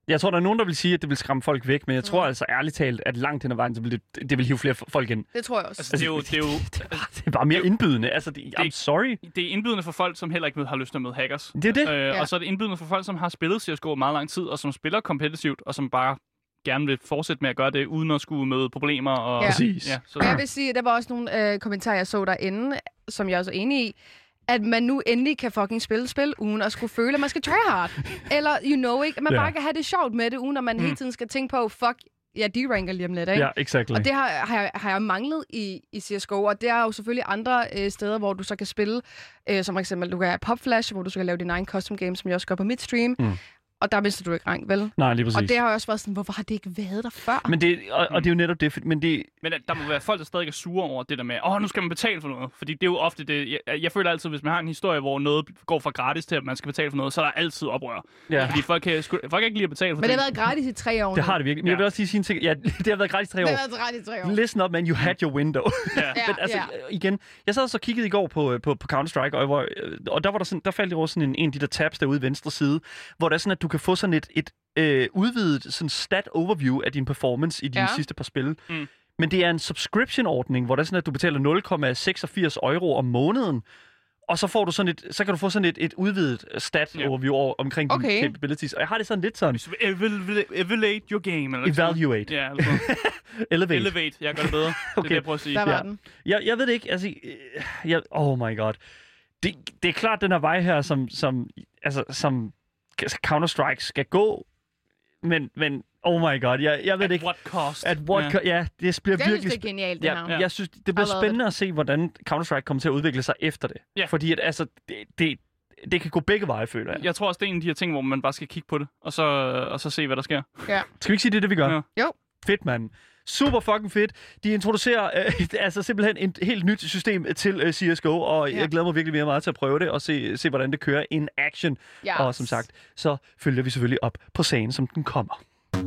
[SPEAKER 2] Jeg tror, der er nogen, der vil sige, at det vil skræmme folk væk, men jeg tror mm. altså ærligt talt, at langt hen ad vejen, så vil det, det vil hive flere folk ind.
[SPEAKER 3] Det tror jeg også.
[SPEAKER 4] Altså, det, er jo, det, er jo,
[SPEAKER 2] det, er bare, det er bare mere indbydende. Altså, det, I'm sorry.
[SPEAKER 4] Det er indbydende for folk, som heller ikke har lyst til at møde hackers.
[SPEAKER 2] Det er det.
[SPEAKER 4] Øh,
[SPEAKER 3] ja.
[SPEAKER 4] Og så er det indbydende for folk, som har spillet C S G O meget lang tid, og som spiller kompetitivt, og som bare gerne vil fortsætte med at gøre det, uden at skulle møde problemer. Og,
[SPEAKER 3] Ja.
[SPEAKER 2] Præcis.
[SPEAKER 4] Ja, så.
[SPEAKER 3] Men jeg vil sige, at der var også nogle øh, kommentarer, jeg så derinde, som jeg også er enig i, at man nu endelig kan fucking spille spil, uden at skulle føle, at man skal tryhard. Eller, you know, ikke? At man
[SPEAKER 2] Ja.
[SPEAKER 3] bare kan have det sjovt med det, uden at man mm. hele tiden skal tænke på, fuck, jeg de-ranker lige om lidt, ikke?
[SPEAKER 2] Ja, exactly.
[SPEAKER 3] Og det har, har, jeg, har jeg manglet i, i C S G O, og det er jo selvfølgelig andre øh, steder, hvor du så kan spille, øh, som for eksempel, du kan have Popflash, hvor du så kan lave din egen custom game, som jeg også gør på mit stream. Mm. Og der mister du ikke rank, vel?
[SPEAKER 2] Nej, lige præcis.
[SPEAKER 3] Og det har også været sådan, hvorfor har det ikke været der før?
[SPEAKER 2] Men det, og, og det er jo netop det, men det...
[SPEAKER 4] Men der må være folk, der stadig er sure over det der med, åh, oh, nu skal man betale for noget. Fordi det er jo ofte det, jeg, jeg føler altid, hvis man har en historie, hvor noget går fra gratis til, at man skal betale for noget, så er der altid oprør.
[SPEAKER 2] Ja.
[SPEAKER 4] Fordi folk kan, folk kan ikke lide at betale for
[SPEAKER 3] Men det
[SPEAKER 4] ting.
[SPEAKER 3] har været gratis i tre år
[SPEAKER 2] Det
[SPEAKER 3] nu.
[SPEAKER 2] har det virkelig. Men jeg vil også lige sige en ting. Ja, det har været gratis i tre år.
[SPEAKER 3] Det har været gratis i tre år.
[SPEAKER 2] Listen up, man. You had your window.
[SPEAKER 4] Ja.
[SPEAKER 3] Ja,
[SPEAKER 2] Men altså,
[SPEAKER 3] ja.
[SPEAKER 2] igen, jeg sad så og kiggede i går på, på, på Counter-Strike, og, hvor, og der, var der, sådan, der faldt jeg over sådan en, en af de der tabs derude i venstre side, hvor der er sådan, at du kan få sådan et, et øh, udvidet sådan stat overview af din performance i dine
[SPEAKER 3] Ja.
[SPEAKER 2] sidste par spil.
[SPEAKER 4] Mm.
[SPEAKER 2] Men det er en subscription-ordning, hvor der er sådan, at du betaler nul komma seksogfirs euro om måneden, og så får du sådan et, så kan du få sådan et, et udvidet stat
[SPEAKER 4] Ja.
[SPEAKER 2] overview over, omkring dine
[SPEAKER 3] Okay.
[SPEAKER 2] capabilities. Og jeg har det sådan lidt sådan,
[SPEAKER 4] Evaluate, evaluate your game. Eller
[SPEAKER 2] evaluate,
[SPEAKER 4] Ja, eller sådan.
[SPEAKER 2] elevate.
[SPEAKER 4] Elevate, jeg gør det bedre. Det er
[SPEAKER 2] Okay.
[SPEAKER 4] det, jeg prøver at sige.
[SPEAKER 3] Der var
[SPEAKER 2] Ja.
[SPEAKER 3] den.
[SPEAKER 2] Jeg, jeg ved det ikke, altså, øh, jeg, oh my god. Det, det er klart, den her vej her, som, som, altså, som Counter-Strike skal gå, men, men oh my god, jeg, jeg ved
[SPEAKER 4] At
[SPEAKER 2] det ikke.
[SPEAKER 4] what cost?
[SPEAKER 2] At what
[SPEAKER 4] Ja.
[SPEAKER 2] co- ja, det bliver
[SPEAKER 3] Jeg synes,
[SPEAKER 2] virkelig...
[SPEAKER 3] det er genialt, det
[SPEAKER 2] Ja,
[SPEAKER 3] her.
[SPEAKER 2] jeg synes, det bliver
[SPEAKER 3] I love
[SPEAKER 2] spændende at se, hvordan Counter-Strike kommer til at udvikle sig efter det.
[SPEAKER 4] Ja.
[SPEAKER 2] Fordi at, altså, det, det, det kan gå begge veje, føler jeg.
[SPEAKER 4] Jeg tror også, det er en af de her ting, hvor man bare skal kigge på det, og så, og så se, hvad der sker.
[SPEAKER 3] Ja.
[SPEAKER 2] Skal vi ikke sige, det er det, vi gør?
[SPEAKER 4] Ja.
[SPEAKER 3] Jo.
[SPEAKER 2] Fedt, mand. Super fucking fedt. De introducerer øh, altså simpelthen et helt nyt system til øh, C S G O, og
[SPEAKER 3] Ja.
[SPEAKER 2] jeg glæder mig virkelig mere meget til at prøve det og se, se hvordan det kører in action.
[SPEAKER 3] Yes.
[SPEAKER 2] Og som sagt, så følger vi selvfølgelig op på sagen, som den kommer.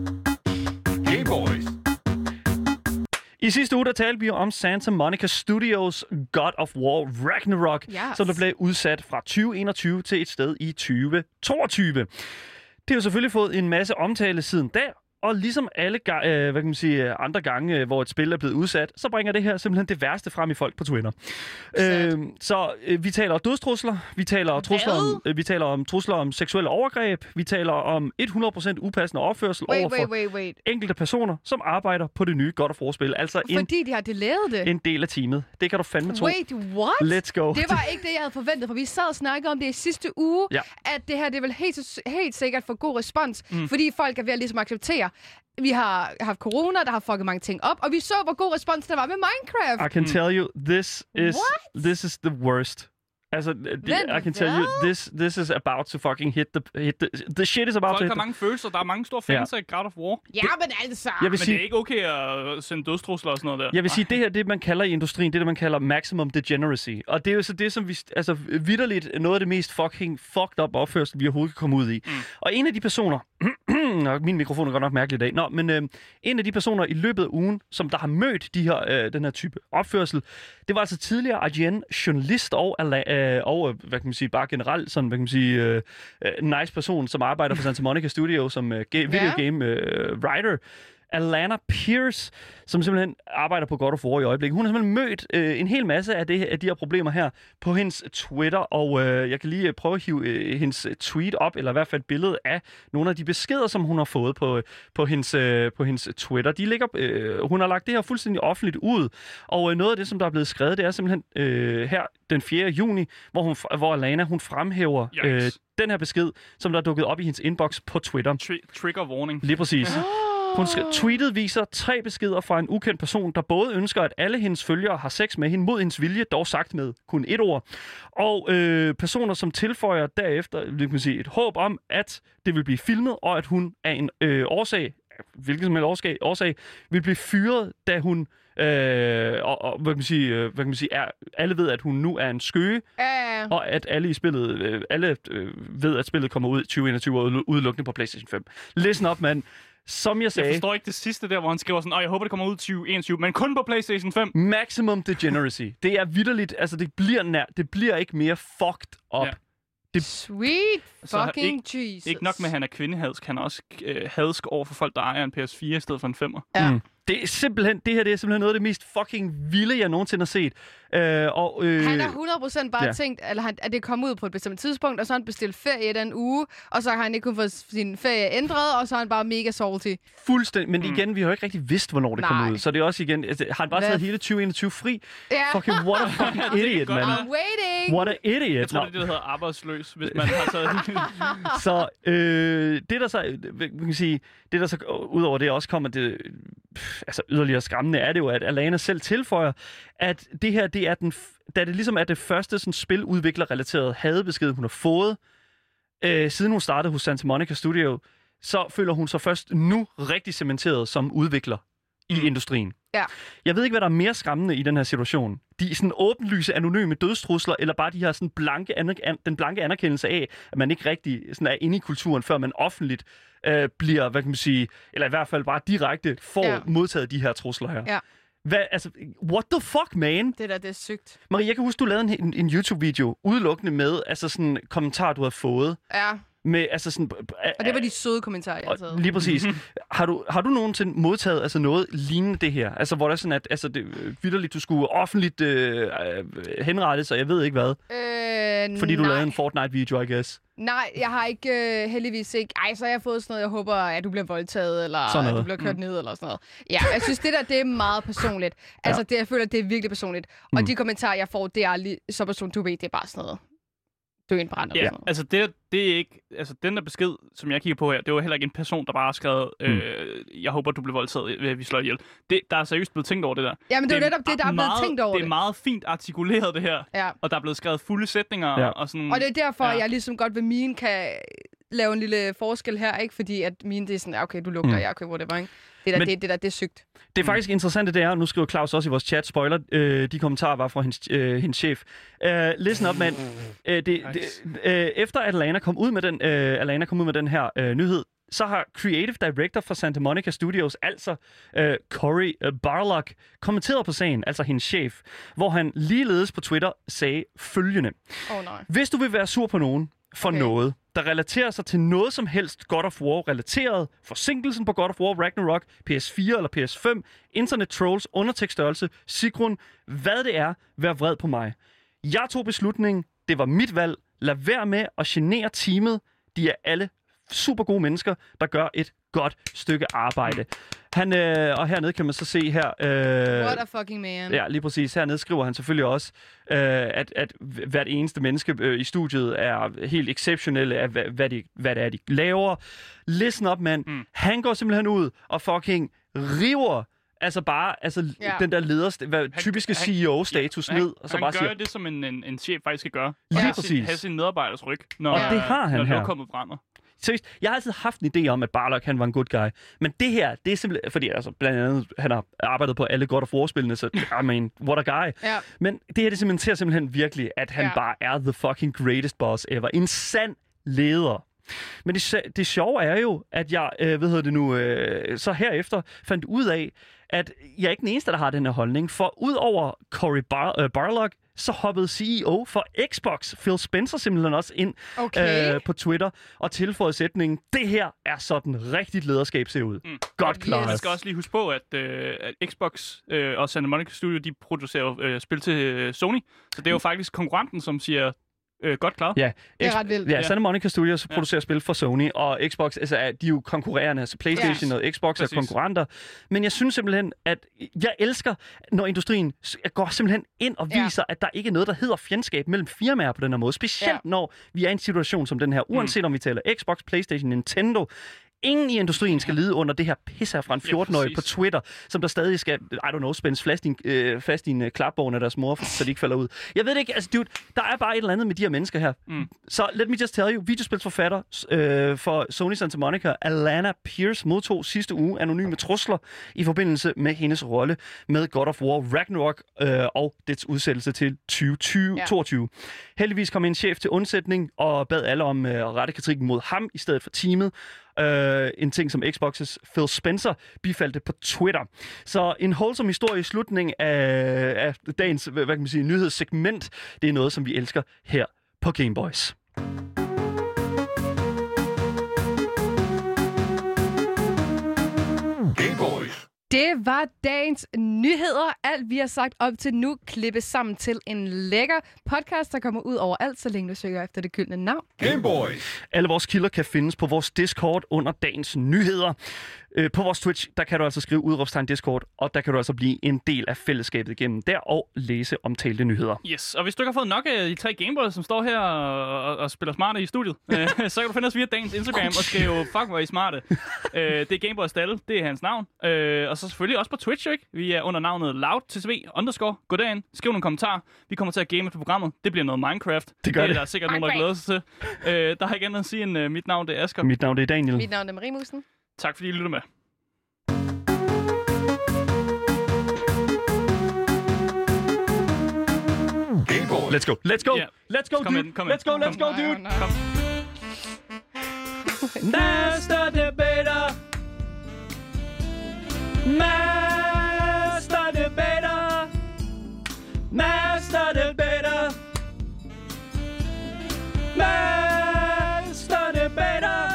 [SPEAKER 1] Hey boys.
[SPEAKER 2] I sidste uge, der talte vi om Santa Monica Studios God of War Ragnarok,
[SPEAKER 3] Yes.
[SPEAKER 2] som der blev udsat fra tyve enogtyve til et sted i tyve toogtyve. Det har jo selvfølgelig fået en masse omtale siden da, og ligesom alle ga- øh, hvad kan man sige, andre gange, øh, hvor et spil er blevet udsat, så bringer det her simpelthen det værste frem i folk på Twitter. Øh, så øh, vi taler dødstrusler, vi taler trusler om, øh, vi taler om trusler om seksuelle overgreb, vi taler om hundrede procent upassende opførsel
[SPEAKER 3] Wait,
[SPEAKER 2] over for
[SPEAKER 3] wait, wait, wait.
[SPEAKER 2] enkelte personer, som arbejder på det nye God of War-spil. Altså en,
[SPEAKER 3] Fordi de har delayet det.
[SPEAKER 2] en del af teamet. Det kan du fandme tro.
[SPEAKER 3] Wait, what?
[SPEAKER 2] Let's go.
[SPEAKER 3] Det var ikke det, jeg havde forventet, for vi sad og snakkede om det i sidste uge,
[SPEAKER 2] Ja.
[SPEAKER 3] at det her det vil helt, helt sikkert få god respons, mm. fordi folk er ved at ligesom acceptere. Vi har haft corona, der har fucket mange ting op, og vi så, hvor god respons der var med Minecraft.
[SPEAKER 2] I can tell you, this is
[SPEAKER 3] What?
[SPEAKER 2] this is the worst. Altså, det,
[SPEAKER 3] Vent,
[SPEAKER 2] I can tell you,
[SPEAKER 3] hvad?
[SPEAKER 2] this this is about to fucking hit the hit the, the shit is about
[SPEAKER 4] Folk
[SPEAKER 2] to hit
[SPEAKER 4] har
[SPEAKER 2] the,
[SPEAKER 4] mange følelser. Der er mange store fans af God of War.
[SPEAKER 3] Ja, men altså.
[SPEAKER 2] Jeg vil
[SPEAKER 4] Men
[SPEAKER 2] sige,
[SPEAKER 4] det er ikke okay at sende dødstrusler og sådan noget der.
[SPEAKER 2] Jeg vil sige, det her, det man kalder i industrien, det er det, man kalder maximum degeneracy. Og det er jo så det, som vi, altså vitterligt, noget af det mest fucking fucked up opførsel, vi overhovedet kan komme ud i. Mm. Og en af de personer, og min mikrofon er godt nok mærkelig i dag, nå, men øh, en af de personer i løbet af ugen, som der har mødt de her, øh, den her type opførsel, det var altså tidligere I G N-journalist og, øh, og, hvad kan man sige, bare generelt sådan, hvad kan man sige, øh, øh, nice person, som arbejder for Santa Monica Studio som øh, ga- videogame øh, writer. Alana Pierce, som simpelthen arbejder på God of War i øjeblikket. Hun har simpelthen mødt øh, en hel masse af, det, af de her problemer her på hendes Twitter, og øh, jeg kan lige prøve at hive øh, hendes tweet op, eller i hvert fald et billede af nogle af de beskeder, som hun har fået på, på, hendes, øh, på hendes Twitter. De ligger, øh, hun har lagt det her fuldstændig offentligt ud, og øh, noget af det, som der er blevet skrevet, det er simpelthen øh, her den fjerde juni, hvor, hun, hvor Alana hun fremhæver øh, den her besked, som der er dukket op i hendes inbox på Twitter.
[SPEAKER 4] Tri- trigger warning.
[SPEAKER 2] Lige præcis. Hun sk- tweetet viser tre beskeder fra en ukendt person, der både ønsker, at alle hendes følgere har sex med hende mod hendes vilje, dog sagt med kun et ord. Og øh, personer, som tilføjer derefter vil man sige, et håb om, at det vil blive filmet, og at hun af en øh, årsag, hvilken som helst årsag, årsag, vil blive fyret, da hun Øh, og, og hvad kan man sige, øh, hvad kan man sige er, alle ved, at hun nu er en skøge,
[SPEAKER 3] Uh,
[SPEAKER 2] og at alle i spillet, øh, alle øh, ved, at spillet kommer ud i tyve enogtyve og udelukkende på PlayStation fem. Listen up, mand. Som jeg sagde...
[SPEAKER 4] Jeg forstår ikke det sidste der, hvor han skriver sådan, åh, jeg håber, det kommer ud i tyve enogtyve, men kun på PlayStation fem.
[SPEAKER 2] Maximum degeneracy. Det er vitterligt, altså det bliver nær, det bliver ikke mere fucked up. Ja. Det...
[SPEAKER 3] Sweet fucking
[SPEAKER 4] ikke,
[SPEAKER 3] Jesus.
[SPEAKER 4] Ikke nok med, at han er kvindehadsk, han er også øh, hadsk over for folk, der ejer en P S fire i stedet for en femmer.
[SPEAKER 3] Ja.
[SPEAKER 2] Mm. Det er simpelthen, det her det er simpelthen noget af det mest fucking vilde, jeg nogensinde har set. Øh, og, øh,
[SPEAKER 3] Han har hundrede procent bare
[SPEAKER 2] ja.
[SPEAKER 3] ja. tænkt, eller han, at det kom ud på et bestemt tidspunkt, og så har han bestilt ferie den uge, og så har han ikke kunnet få sin ferie ændret, og så er han bare mega salty.
[SPEAKER 2] Fuldstændig. Men
[SPEAKER 4] Mm.
[SPEAKER 2] igen, vi har jo ikke rigtig vidst, hvornår det
[SPEAKER 3] Nej.
[SPEAKER 2] kom ud. Så det er også igen, altså, har han bare
[SPEAKER 3] Hvad?
[SPEAKER 2] taget hele tyve enogtyve fri?
[SPEAKER 3] Ja.
[SPEAKER 2] Fucking what a fucking idiot,
[SPEAKER 4] godt
[SPEAKER 2] man.
[SPEAKER 3] I'm waiting!
[SPEAKER 2] What a idiot.
[SPEAKER 4] Jeg tror,
[SPEAKER 2] Nå.
[SPEAKER 4] det er det, der hedder arbejdsløs, hvis man har taget...
[SPEAKER 2] Så øh, det der så, man kan sige, det der så udover det også kommer, det, pff, altså yderligere skræmmende er det jo, at Alana selv tilføjer, at det her, det er den, da det ligesom er det første sådan spiludvikler-relaterede hadebesked, hun har fået, øh, siden hun startede hos Santa Monica Studio, så føler hun sig først nu rigtig cementeret som udvikler i
[SPEAKER 4] Mm.
[SPEAKER 2] industrien.
[SPEAKER 3] Ja.
[SPEAKER 2] Jeg ved ikke, hvad der er mere skræmmende i den her situation. De sådan åbenlyse, anonyme dødstrusler, eller bare de her sådan blanke aner- an- den blanke anerkendelse af, at man ikke rigtig sådan er inde i kulturen, før man offentligt øh, bliver, hvad kan man sige, eller i hvert fald bare direkte får
[SPEAKER 3] Ja.
[SPEAKER 2] modtaget de her trusler her.
[SPEAKER 3] Ja.
[SPEAKER 2] Hvad, altså, what the fuck, man?
[SPEAKER 3] Det der, det er sygt.
[SPEAKER 2] Marie, jeg kan huske, du lavede en, en, en YouTube-video udelukkende med, altså sådan kommentarer, du havde fået.
[SPEAKER 3] Ja,
[SPEAKER 2] Med, altså sådan,
[SPEAKER 3] og det var de søde kommentarer, jeg har
[SPEAKER 2] og
[SPEAKER 3] taget.
[SPEAKER 2] lige præcis. Har du, har du nogensinde modtaget altså noget lignende det her? Altså, hvor der er sådan, at altså, det, øh, vitterligt, du skulle offentligt øh, øh, henrettes, og jeg ved ikke hvad.
[SPEAKER 3] Øh,
[SPEAKER 2] Fordi du
[SPEAKER 3] nej.
[SPEAKER 2] lavede en Fortnite-video, I guess.
[SPEAKER 3] Nej, jeg har ikke øh, heldigvis ikke... Ej, så har jeg fået sådan noget, jeg håber, at du bliver voldtaget, eller
[SPEAKER 2] Sådan
[SPEAKER 3] at
[SPEAKER 2] noget.
[SPEAKER 3] du bliver kørt mm. ned, eller sådan noget. Ja, jeg synes, det der, det er meget personligt. Altså, det, jeg føler, det er virkelig personligt. Og
[SPEAKER 2] Mm.
[SPEAKER 3] de kommentarer, jeg får, det er aldrig, så person to B, det er bare sådan noget. Du er en brænder.
[SPEAKER 4] Ja,
[SPEAKER 3] Ja. Sådan noget.
[SPEAKER 4] altså det, det er ikke... Altså den der besked, som jeg kigger på her, det var heller ikke en person, der bare har skrevet, øh, jeg håber, du bliver voldtaget, ved at vi slår ihjel. Det, der er seriøst blevet tænkt over det der.
[SPEAKER 3] Ja, men det er jo netop det, der er blevet
[SPEAKER 4] meget,
[SPEAKER 3] tænkt over
[SPEAKER 4] det.
[SPEAKER 3] det.
[SPEAKER 4] er meget fint artikuleret, det her.
[SPEAKER 3] Ja.
[SPEAKER 4] Og der er blevet skrevet fulde sætninger
[SPEAKER 2] Ja.
[SPEAKER 4] og sådan...
[SPEAKER 3] Og det er derfor,
[SPEAKER 4] Ja.
[SPEAKER 3] ja. jeg ligesom godt ved mine kan lave en lille forskel her, ikke? Fordi at mine, det er sådan, ja, okay, du lugter,
[SPEAKER 2] Mm.
[SPEAKER 3] ja, okay, whatever, ikke? Det der,
[SPEAKER 2] Men-
[SPEAKER 3] det, det der, det er sygt.
[SPEAKER 2] Det er faktisk interessant, det er, nu skriver Claus også i vores chat, spoiler, øh, de kommentarer var fra hendes, øh, hendes chef. Øh, listen up, mand. Øh, det, det, øh, efter at Alana kom ud med den, øh, Alana kom ud med den her øh, nyhed, så har Creative Director for Santa Monica Studios, altså øh, Cory øh, Barlog, kommenteret på sagen, altså hendes chef, hvor han ligeledes på Twitter sagde følgende.
[SPEAKER 3] Åh, oh, nej.
[SPEAKER 2] Hvis du vil være sur på nogen for
[SPEAKER 3] Okay.
[SPEAKER 2] noget, der relaterer sig til noget som helst God of War-relateret, forsinkelsen på God of War Ragnarok, P S fire eller P S fem, internet trolls, undertekststørrelse, Sigrun, hvad det er, vær vred på mig. Jeg tog beslutningen, det var mit valg, lad være med at genere teamet, de er alle super gode mennesker, der gør et godt stykke arbejde. Han, øh, og hernede kan man så se her... Øh,
[SPEAKER 3] What a fucking man.
[SPEAKER 2] Ja, lige præcis. Hernede skriver han selvfølgelig også, øh, at, at hvert eneste menneske øh, i studiet er helt exceptionelle af, hvad, hvad, de, hvad det er, de laver. Listen up, mand. Mm. Han går simpelthen ud og fucking river altså bare altså
[SPEAKER 3] Ja.
[SPEAKER 2] den der leders, hvad, typiske
[SPEAKER 4] han-
[SPEAKER 2] C E O-status
[SPEAKER 4] han,
[SPEAKER 2] ned, og så
[SPEAKER 4] han
[SPEAKER 2] bare
[SPEAKER 4] gør
[SPEAKER 2] siger...
[SPEAKER 4] det, som en, en, en chef faktisk skal gøre.
[SPEAKER 2] Lige
[SPEAKER 4] have
[SPEAKER 2] præcis.
[SPEAKER 4] Sin, have sin medarbejders ryg, når,
[SPEAKER 2] Og det har han
[SPEAKER 4] når
[SPEAKER 2] her.
[SPEAKER 4] lokummet brænder.
[SPEAKER 2] Seriøst, jeg har altid haft en idé om, at Barlog, han var en good guy. Men det her, det er simpelthen... Fordi altså, blandt andet, han har arbejdet på alle God of War-spillene, så I mean, what a guy.
[SPEAKER 3] Ja.
[SPEAKER 2] Men det her, det cementerer simpelthen virkelig, at han
[SPEAKER 3] Ja.
[SPEAKER 2] ja. bare er the fucking greatest boss ever. En sand leder. Men det, det sjove er jo, at jeg, øh, hvad hedder det nu, øh, så herefter fandt ud af, at jeg er ikke den eneste, der har den her holdning. For udover Cory Bar- øh, Barlog, så hoppede C E O for Xbox, Phil Spencer, simpelthen også ind
[SPEAKER 3] Okay.
[SPEAKER 2] øh, på Twitter og tilføjede sætningen, det her er sådan rigtigt lederskab ser ud. Mm. Godt klart.
[SPEAKER 4] Jeg skal også lige huske på, at, øh, at Xbox øh, og Santa Monica Studio, de producerer øh, spil til øh, Sony. Så det er jo faktisk konkurrenten, som siger, øh, godt klaret.
[SPEAKER 2] Ja,
[SPEAKER 3] Det er
[SPEAKER 2] Xbox-
[SPEAKER 3] ret vildt.
[SPEAKER 2] Ja, Santa Monica Studios
[SPEAKER 4] Ja.
[SPEAKER 2] producerer spil for Sony, og Xbox, altså er- de er jo konkurrerende, altså PlayStation
[SPEAKER 3] Ja.
[SPEAKER 2] og Xbox
[SPEAKER 4] Præcis.
[SPEAKER 2] er konkurrenter. Men jeg synes simpelthen, at jeg elsker, når industrien s- går simpelthen ind og
[SPEAKER 3] Ja.
[SPEAKER 2] viser, at der ikke er noget, der hedder fjendskab mellem firmaer på den her måde. Specielt
[SPEAKER 3] Ja.
[SPEAKER 2] når vi er i en situation som den her, uanset om vi taler Xbox, PlayStation, Nintendo. Ingen i industrien skal lide under det her pis her fra en
[SPEAKER 4] Ja,
[SPEAKER 2] fjorten-årig på
[SPEAKER 4] præcis.
[SPEAKER 2] Twitter, som der stadig skal, I don't know, spændes fast i en, øh, fast i en øh, klapvogn af deres mor, så de ikke falder ud. Jeg ved det ikke, altså dude, der er bare et eller andet med de her mennesker her.
[SPEAKER 4] Mm.
[SPEAKER 2] Så let me just tell you, videospilsforfatter øh, for Sony Santa Monica, Alana Pierce, modtog sidste uge anonyme trusler i forbindelse med hendes rolle med God of War Ragnarok øh, og dets udsættelse til tyve toogtyve. Ja. Heldigvis kom en chef til undsætning og bad alle om øh, at rette kritikken mod ham i stedet for teamet. Uh, en ting, som Xbox's Phil Spencer bifaldte på Twitter. Så en wholesome historie i slutningen af, af dagens hvad kan man sige, nyhedssegment, det er noget, som vi elsker her på Game Boys.
[SPEAKER 1] Gameboys.
[SPEAKER 3] Det var dagens nyheder. Alt vi har sagt op til nu klippes sammen til en lækker podcast, der kommer ud over alt, så længe du søger efter det gyldne navn.
[SPEAKER 1] Gameboys.
[SPEAKER 2] Alle vores kilder kan findes på vores Discord under dagens nyheder. Øh, på vores Twitch, der kan du altså skrive udråbstegn Discord, og der kan du altså blive en del af fællesskabet igennem der og læse omtalte nyheder.
[SPEAKER 4] Yes, og hvis du ikke har fået nok af de tre Gameboys, som står her og, og, og spiller smarte i studiet, øh, så kan du finde os via dagens Instagram og skrive, fuck, hvor er I smarte. øh, det er Gameboys Dalle, det er hans navn. Øh, og så selvfølgelig også på Twitch, ikke? Vi er under navnet loudtcv underscore. Gå derind, skriv nogle kommentarer. Vi kommer til at game på programmet. Det bliver noget Minecraft.
[SPEAKER 2] Det gør
[SPEAKER 4] det. Er
[SPEAKER 2] det.
[SPEAKER 4] der er sikkert nogen, der glæder sig til. Øh, der har jeg igen at sige, en, uh, mit navn det er Asger.
[SPEAKER 2] Mit navn det er Daniel.
[SPEAKER 3] Mit navn er Marie Musen.
[SPEAKER 4] Tak fordi I lytter med.
[SPEAKER 1] Gameboys.
[SPEAKER 2] Let's go, let's go,
[SPEAKER 4] Yeah.
[SPEAKER 2] let's go,
[SPEAKER 4] Kom
[SPEAKER 2] dude.
[SPEAKER 4] ind, kom
[SPEAKER 2] Let's go,
[SPEAKER 4] ind.
[SPEAKER 2] let's go,
[SPEAKER 3] Nej,
[SPEAKER 2] dude.
[SPEAKER 3] nej.
[SPEAKER 4] Kom.
[SPEAKER 2] Master debater. Master debater. Master debater. Master debater.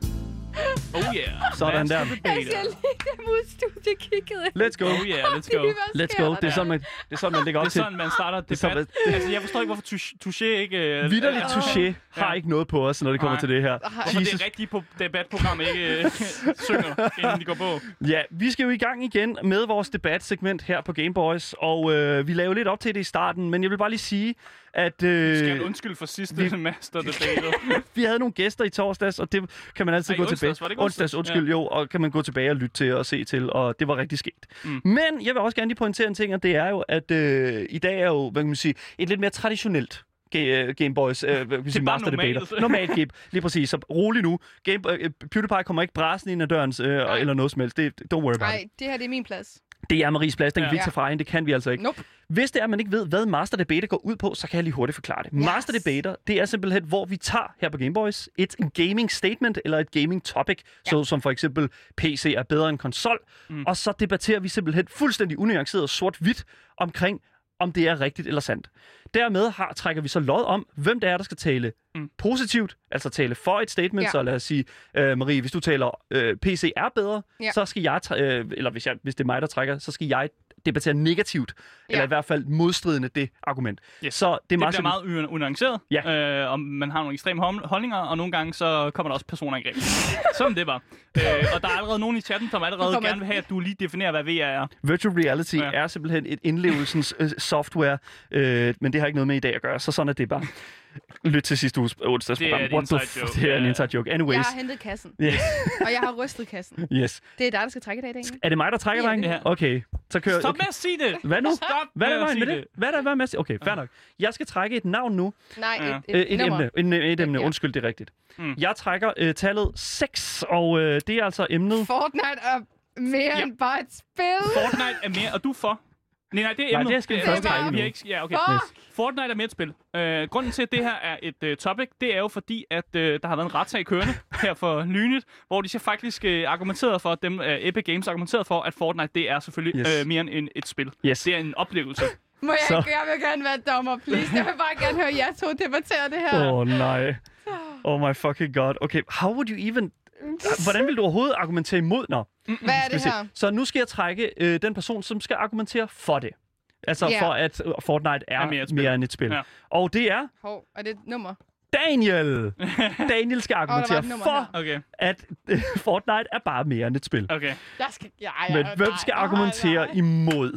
[SPEAKER 4] Oh yeah.
[SPEAKER 2] Sådan der.
[SPEAKER 3] Jeg skal lige dem ud studiet kiggede.
[SPEAKER 2] Let's go.
[SPEAKER 4] Oh yeah, let's go.
[SPEAKER 2] Let's go. Det er sådan, man, det er sådan, man lægger
[SPEAKER 4] Det
[SPEAKER 2] op
[SPEAKER 4] er
[SPEAKER 2] til.
[SPEAKER 4] sådan, man starter et
[SPEAKER 2] er sådan,
[SPEAKER 4] debat. Altså, jeg forstår ikke, hvorfor touche- touché ikke... Uh,
[SPEAKER 2] Vitterligt touché har
[SPEAKER 4] Ja.
[SPEAKER 2] ikke noget på os, når det kommer
[SPEAKER 4] Nej.
[SPEAKER 2] til det her.
[SPEAKER 4] Hvorfor det rigtige på debatprogram ikke uh, synger, inden de går på.
[SPEAKER 2] Ja, vi skal jo i gang igen med vores debatsegment her på Gameboys, og øh, vi lavede lidt op til det i starten, men jeg vil bare lige sige, at øh,
[SPEAKER 4] Skal jeg undskylde for sidste
[SPEAKER 2] vi-
[SPEAKER 4] master debater?
[SPEAKER 2] vi havde nogle gæster i torsdags, og det kan man altid
[SPEAKER 4] Ej,
[SPEAKER 2] gå
[SPEAKER 4] onsdags,
[SPEAKER 2] tilbage.
[SPEAKER 4] var det ikke
[SPEAKER 2] onsdags,
[SPEAKER 4] onsdags?
[SPEAKER 2] undskyld, jo, og kan man gå tilbage og lytte til og se til, og det var rigtig skægt.
[SPEAKER 4] Mm.
[SPEAKER 2] Men jeg vil også gerne lige pointere en ting, og det er jo, at øh, i dag er jo, hvad kan man sige, et lidt mere traditionelt Ga- Gameboys, øh, hvad kan man sige,
[SPEAKER 4] bare
[SPEAKER 2] master
[SPEAKER 4] normalt.
[SPEAKER 2] debater. Normalt game, lige præcis. Så rolig nu. Game, øh, PewDiePie kommer ikke bræsende ind ad døren, øh, eller noget som helst. Det, don't worry about
[SPEAKER 3] Nej,
[SPEAKER 2] it.
[SPEAKER 3] det her det er min plads.
[SPEAKER 2] Det er Maries plads, den kan
[SPEAKER 4] Ja.
[SPEAKER 2] vi ikke tage fra hende, det kan vi altså ikke.
[SPEAKER 3] Nope.
[SPEAKER 2] Hvis det er, at man ikke ved, hvad Master Debater går ud på, så kan jeg lige hurtigt forklare det.
[SPEAKER 3] Yes.
[SPEAKER 2] Master Debater, det er simpelthen, hvor vi tager her på Gameboys et gaming statement eller et gaming topic, ja. så som for eksempel P C er bedre end konsol, mm. og så debatterer vi simpelthen fuldstændig unuanceret sort-hvidt omkring, om det er rigtigt eller sandt. Dermed har, trækker vi så lod om, hvem det er, der skal tale mm. positivt, altså tale for et statement.
[SPEAKER 3] Ja.
[SPEAKER 2] Så lad os sige, øh, Marie, hvis du taler øh, P C er bedre,
[SPEAKER 3] Ja.
[SPEAKER 2] så skal jeg, træ- øh, eller hvis, jeg, hvis det er mig, der trækker, så skal jeg debattere negativt, ja. eller i hvert fald modstridende det argument.
[SPEAKER 4] Yes.
[SPEAKER 2] Så det er
[SPEAKER 4] Det
[SPEAKER 2] meget,
[SPEAKER 4] bliver meget u- unuanceret,
[SPEAKER 2] Ja.
[SPEAKER 4] øh, og man har nogle ekstreme hom- holdninger, og nogle gange så kommer der også personangreb. Sådan det var. Øh, og der er allerede nogen i chatten, som allerede
[SPEAKER 3] kommer-
[SPEAKER 4] gerne vil have, at du lige definerer, hvad V R er.
[SPEAKER 2] Virtual reality ja.
[SPEAKER 4] Ja.
[SPEAKER 2] er simpelthen et indlevelsens øh, software, øh, men det har ikke noget med i dag at gøre, så sådan er det bare. Lyt til sidste uges onsdagsprogram.
[SPEAKER 4] Det er et
[SPEAKER 2] What the
[SPEAKER 4] inside
[SPEAKER 2] f-
[SPEAKER 4] joke.
[SPEAKER 2] Det er en
[SPEAKER 4] Ja.
[SPEAKER 2] inside joke.
[SPEAKER 3] Jeg
[SPEAKER 2] Anyways.
[SPEAKER 3] har hentet kassen,
[SPEAKER 2] Yes.
[SPEAKER 3] og jeg har rystet kassen.
[SPEAKER 2] yes.
[SPEAKER 3] Det er dig, der skal trække i dag, Daniel.
[SPEAKER 2] Er det mig, der trækker,
[SPEAKER 3] Ja,
[SPEAKER 2] drenge?
[SPEAKER 4] ja.
[SPEAKER 2] Okay, så kører
[SPEAKER 4] Stop
[SPEAKER 2] okay.
[SPEAKER 4] med at sige det!
[SPEAKER 2] Hvad nu?
[SPEAKER 4] Stop
[SPEAKER 2] Hvad er
[SPEAKER 4] med
[SPEAKER 2] der
[SPEAKER 4] at
[SPEAKER 2] vejen med
[SPEAKER 4] sige
[SPEAKER 2] det? Hvad er der vejen med at sige? Okay, fair nok. Jeg skal trække et navn nu.
[SPEAKER 3] Nej,
[SPEAKER 4] Ja.
[SPEAKER 3] et,
[SPEAKER 2] Øh,
[SPEAKER 3] et,
[SPEAKER 2] et
[SPEAKER 3] nummer.
[SPEAKER 2] emne. Et, et emne.
[SPEAKER 3] Ja.
[SPEAKER 2] Undskyld, det er rigtigt.
[SPEAKER 4] Mm.
[SPEAKER 2] Jeg trækker øh, tallet seks, og øh, det er altså emnet...
[SPEAKER 3] Fortnite er mere
[SPEAKER 4] Ja.
[SPEAKER 3] end bare et spil.
[SPEAKER 4] Fortnite er mere, og du er for. Nej, nej, det er
[SPEAKER 2] Nej,
[SPEAKER 4] emnet.
[SPEAKER 2] det skal vi
[SPEAKER 4] er-
[SPEAKER 3] først trække
[SPEAKER 4] vi
[SPEAKER 3] nu.
[SPEAKER 4] har ikke, ja, okay.
[SPEAKER 3] Fuck!
[SPEAKER 4] Fortnite er mere et spil. Øh, grunden til, at det her er et uh, topic, det er jo fordi, at uh, der har været en retssag kørende her for nyligt, hvor de så faktisk uh, argumenteret for, dem, uh, Epic Games argumenteret for, at Fortnite, det er selvfølgelig
[SPEAKER 2] Yes.
[SPEAKER 4] uh, mere end en, et spil.
[SPEAKER 2] Yes.
[SPEAKER 4] Det er en oplevelse.
[SPEAKER 3] Må jeg
[SPEAKER 2] Så-
[SPEAKER 3] ikke? Jeg vil gerne være dommer, please. Jeg vil bare gerne høre jer to debattere det her.
[SPEAKER 2] Åh, oh, nej. Oh my fucking god. Okay, how would you even... Hvordan vil du overhovedet argumentere imod? Nå,
[SPEAKER 3] Hvad er
[SPEAKER 2] skal vi
[SPEAKER 3] det
[SPEAKER 2] se.
[SPEAKER 3] her?
[SPEAKER 2] Så nu skal jeg trække øh, den person, som skal argumentere for det. Altså
[SPEAKER 3] Ja.
[SPEAKER 2] for, at øh, Fortnite er,
[SPEAKER 4] Er mere
[SPEAKER 2] mere,
[SPEAKER 4] et spil.
[SPEAKER 2] mere end et spil.
[SPEAKER 4] Ja.
[SPEAKER 2] Og det er
[SPEAKER 3] Hov, er det et nummer?
[SPEAKER 2] Daniel! Daniel skal
[SPEAKER 3] var
[SPEAKER 2] argumentere
[SPEAKER 3] et nummer
[SPEAKER 2] for,
[SPEAKER 3] her.
[SPEAKER 4] Okay,
[SPEAKER 2] at øh, Fortnite er bare mere end et spil.
[SPEAKER 4] okay.
[SPEAKER 3] Jeg skal... Ja, ja,
[SPEAKER 2] Men
[SPEAKER 3] nej,
[SPEAKER 2] hvem skal
[SPEAKER 3] nej,
[SPEAKER 2] argumentere
[SPEAKER 3] nej.
[SPEAKER 2] imod?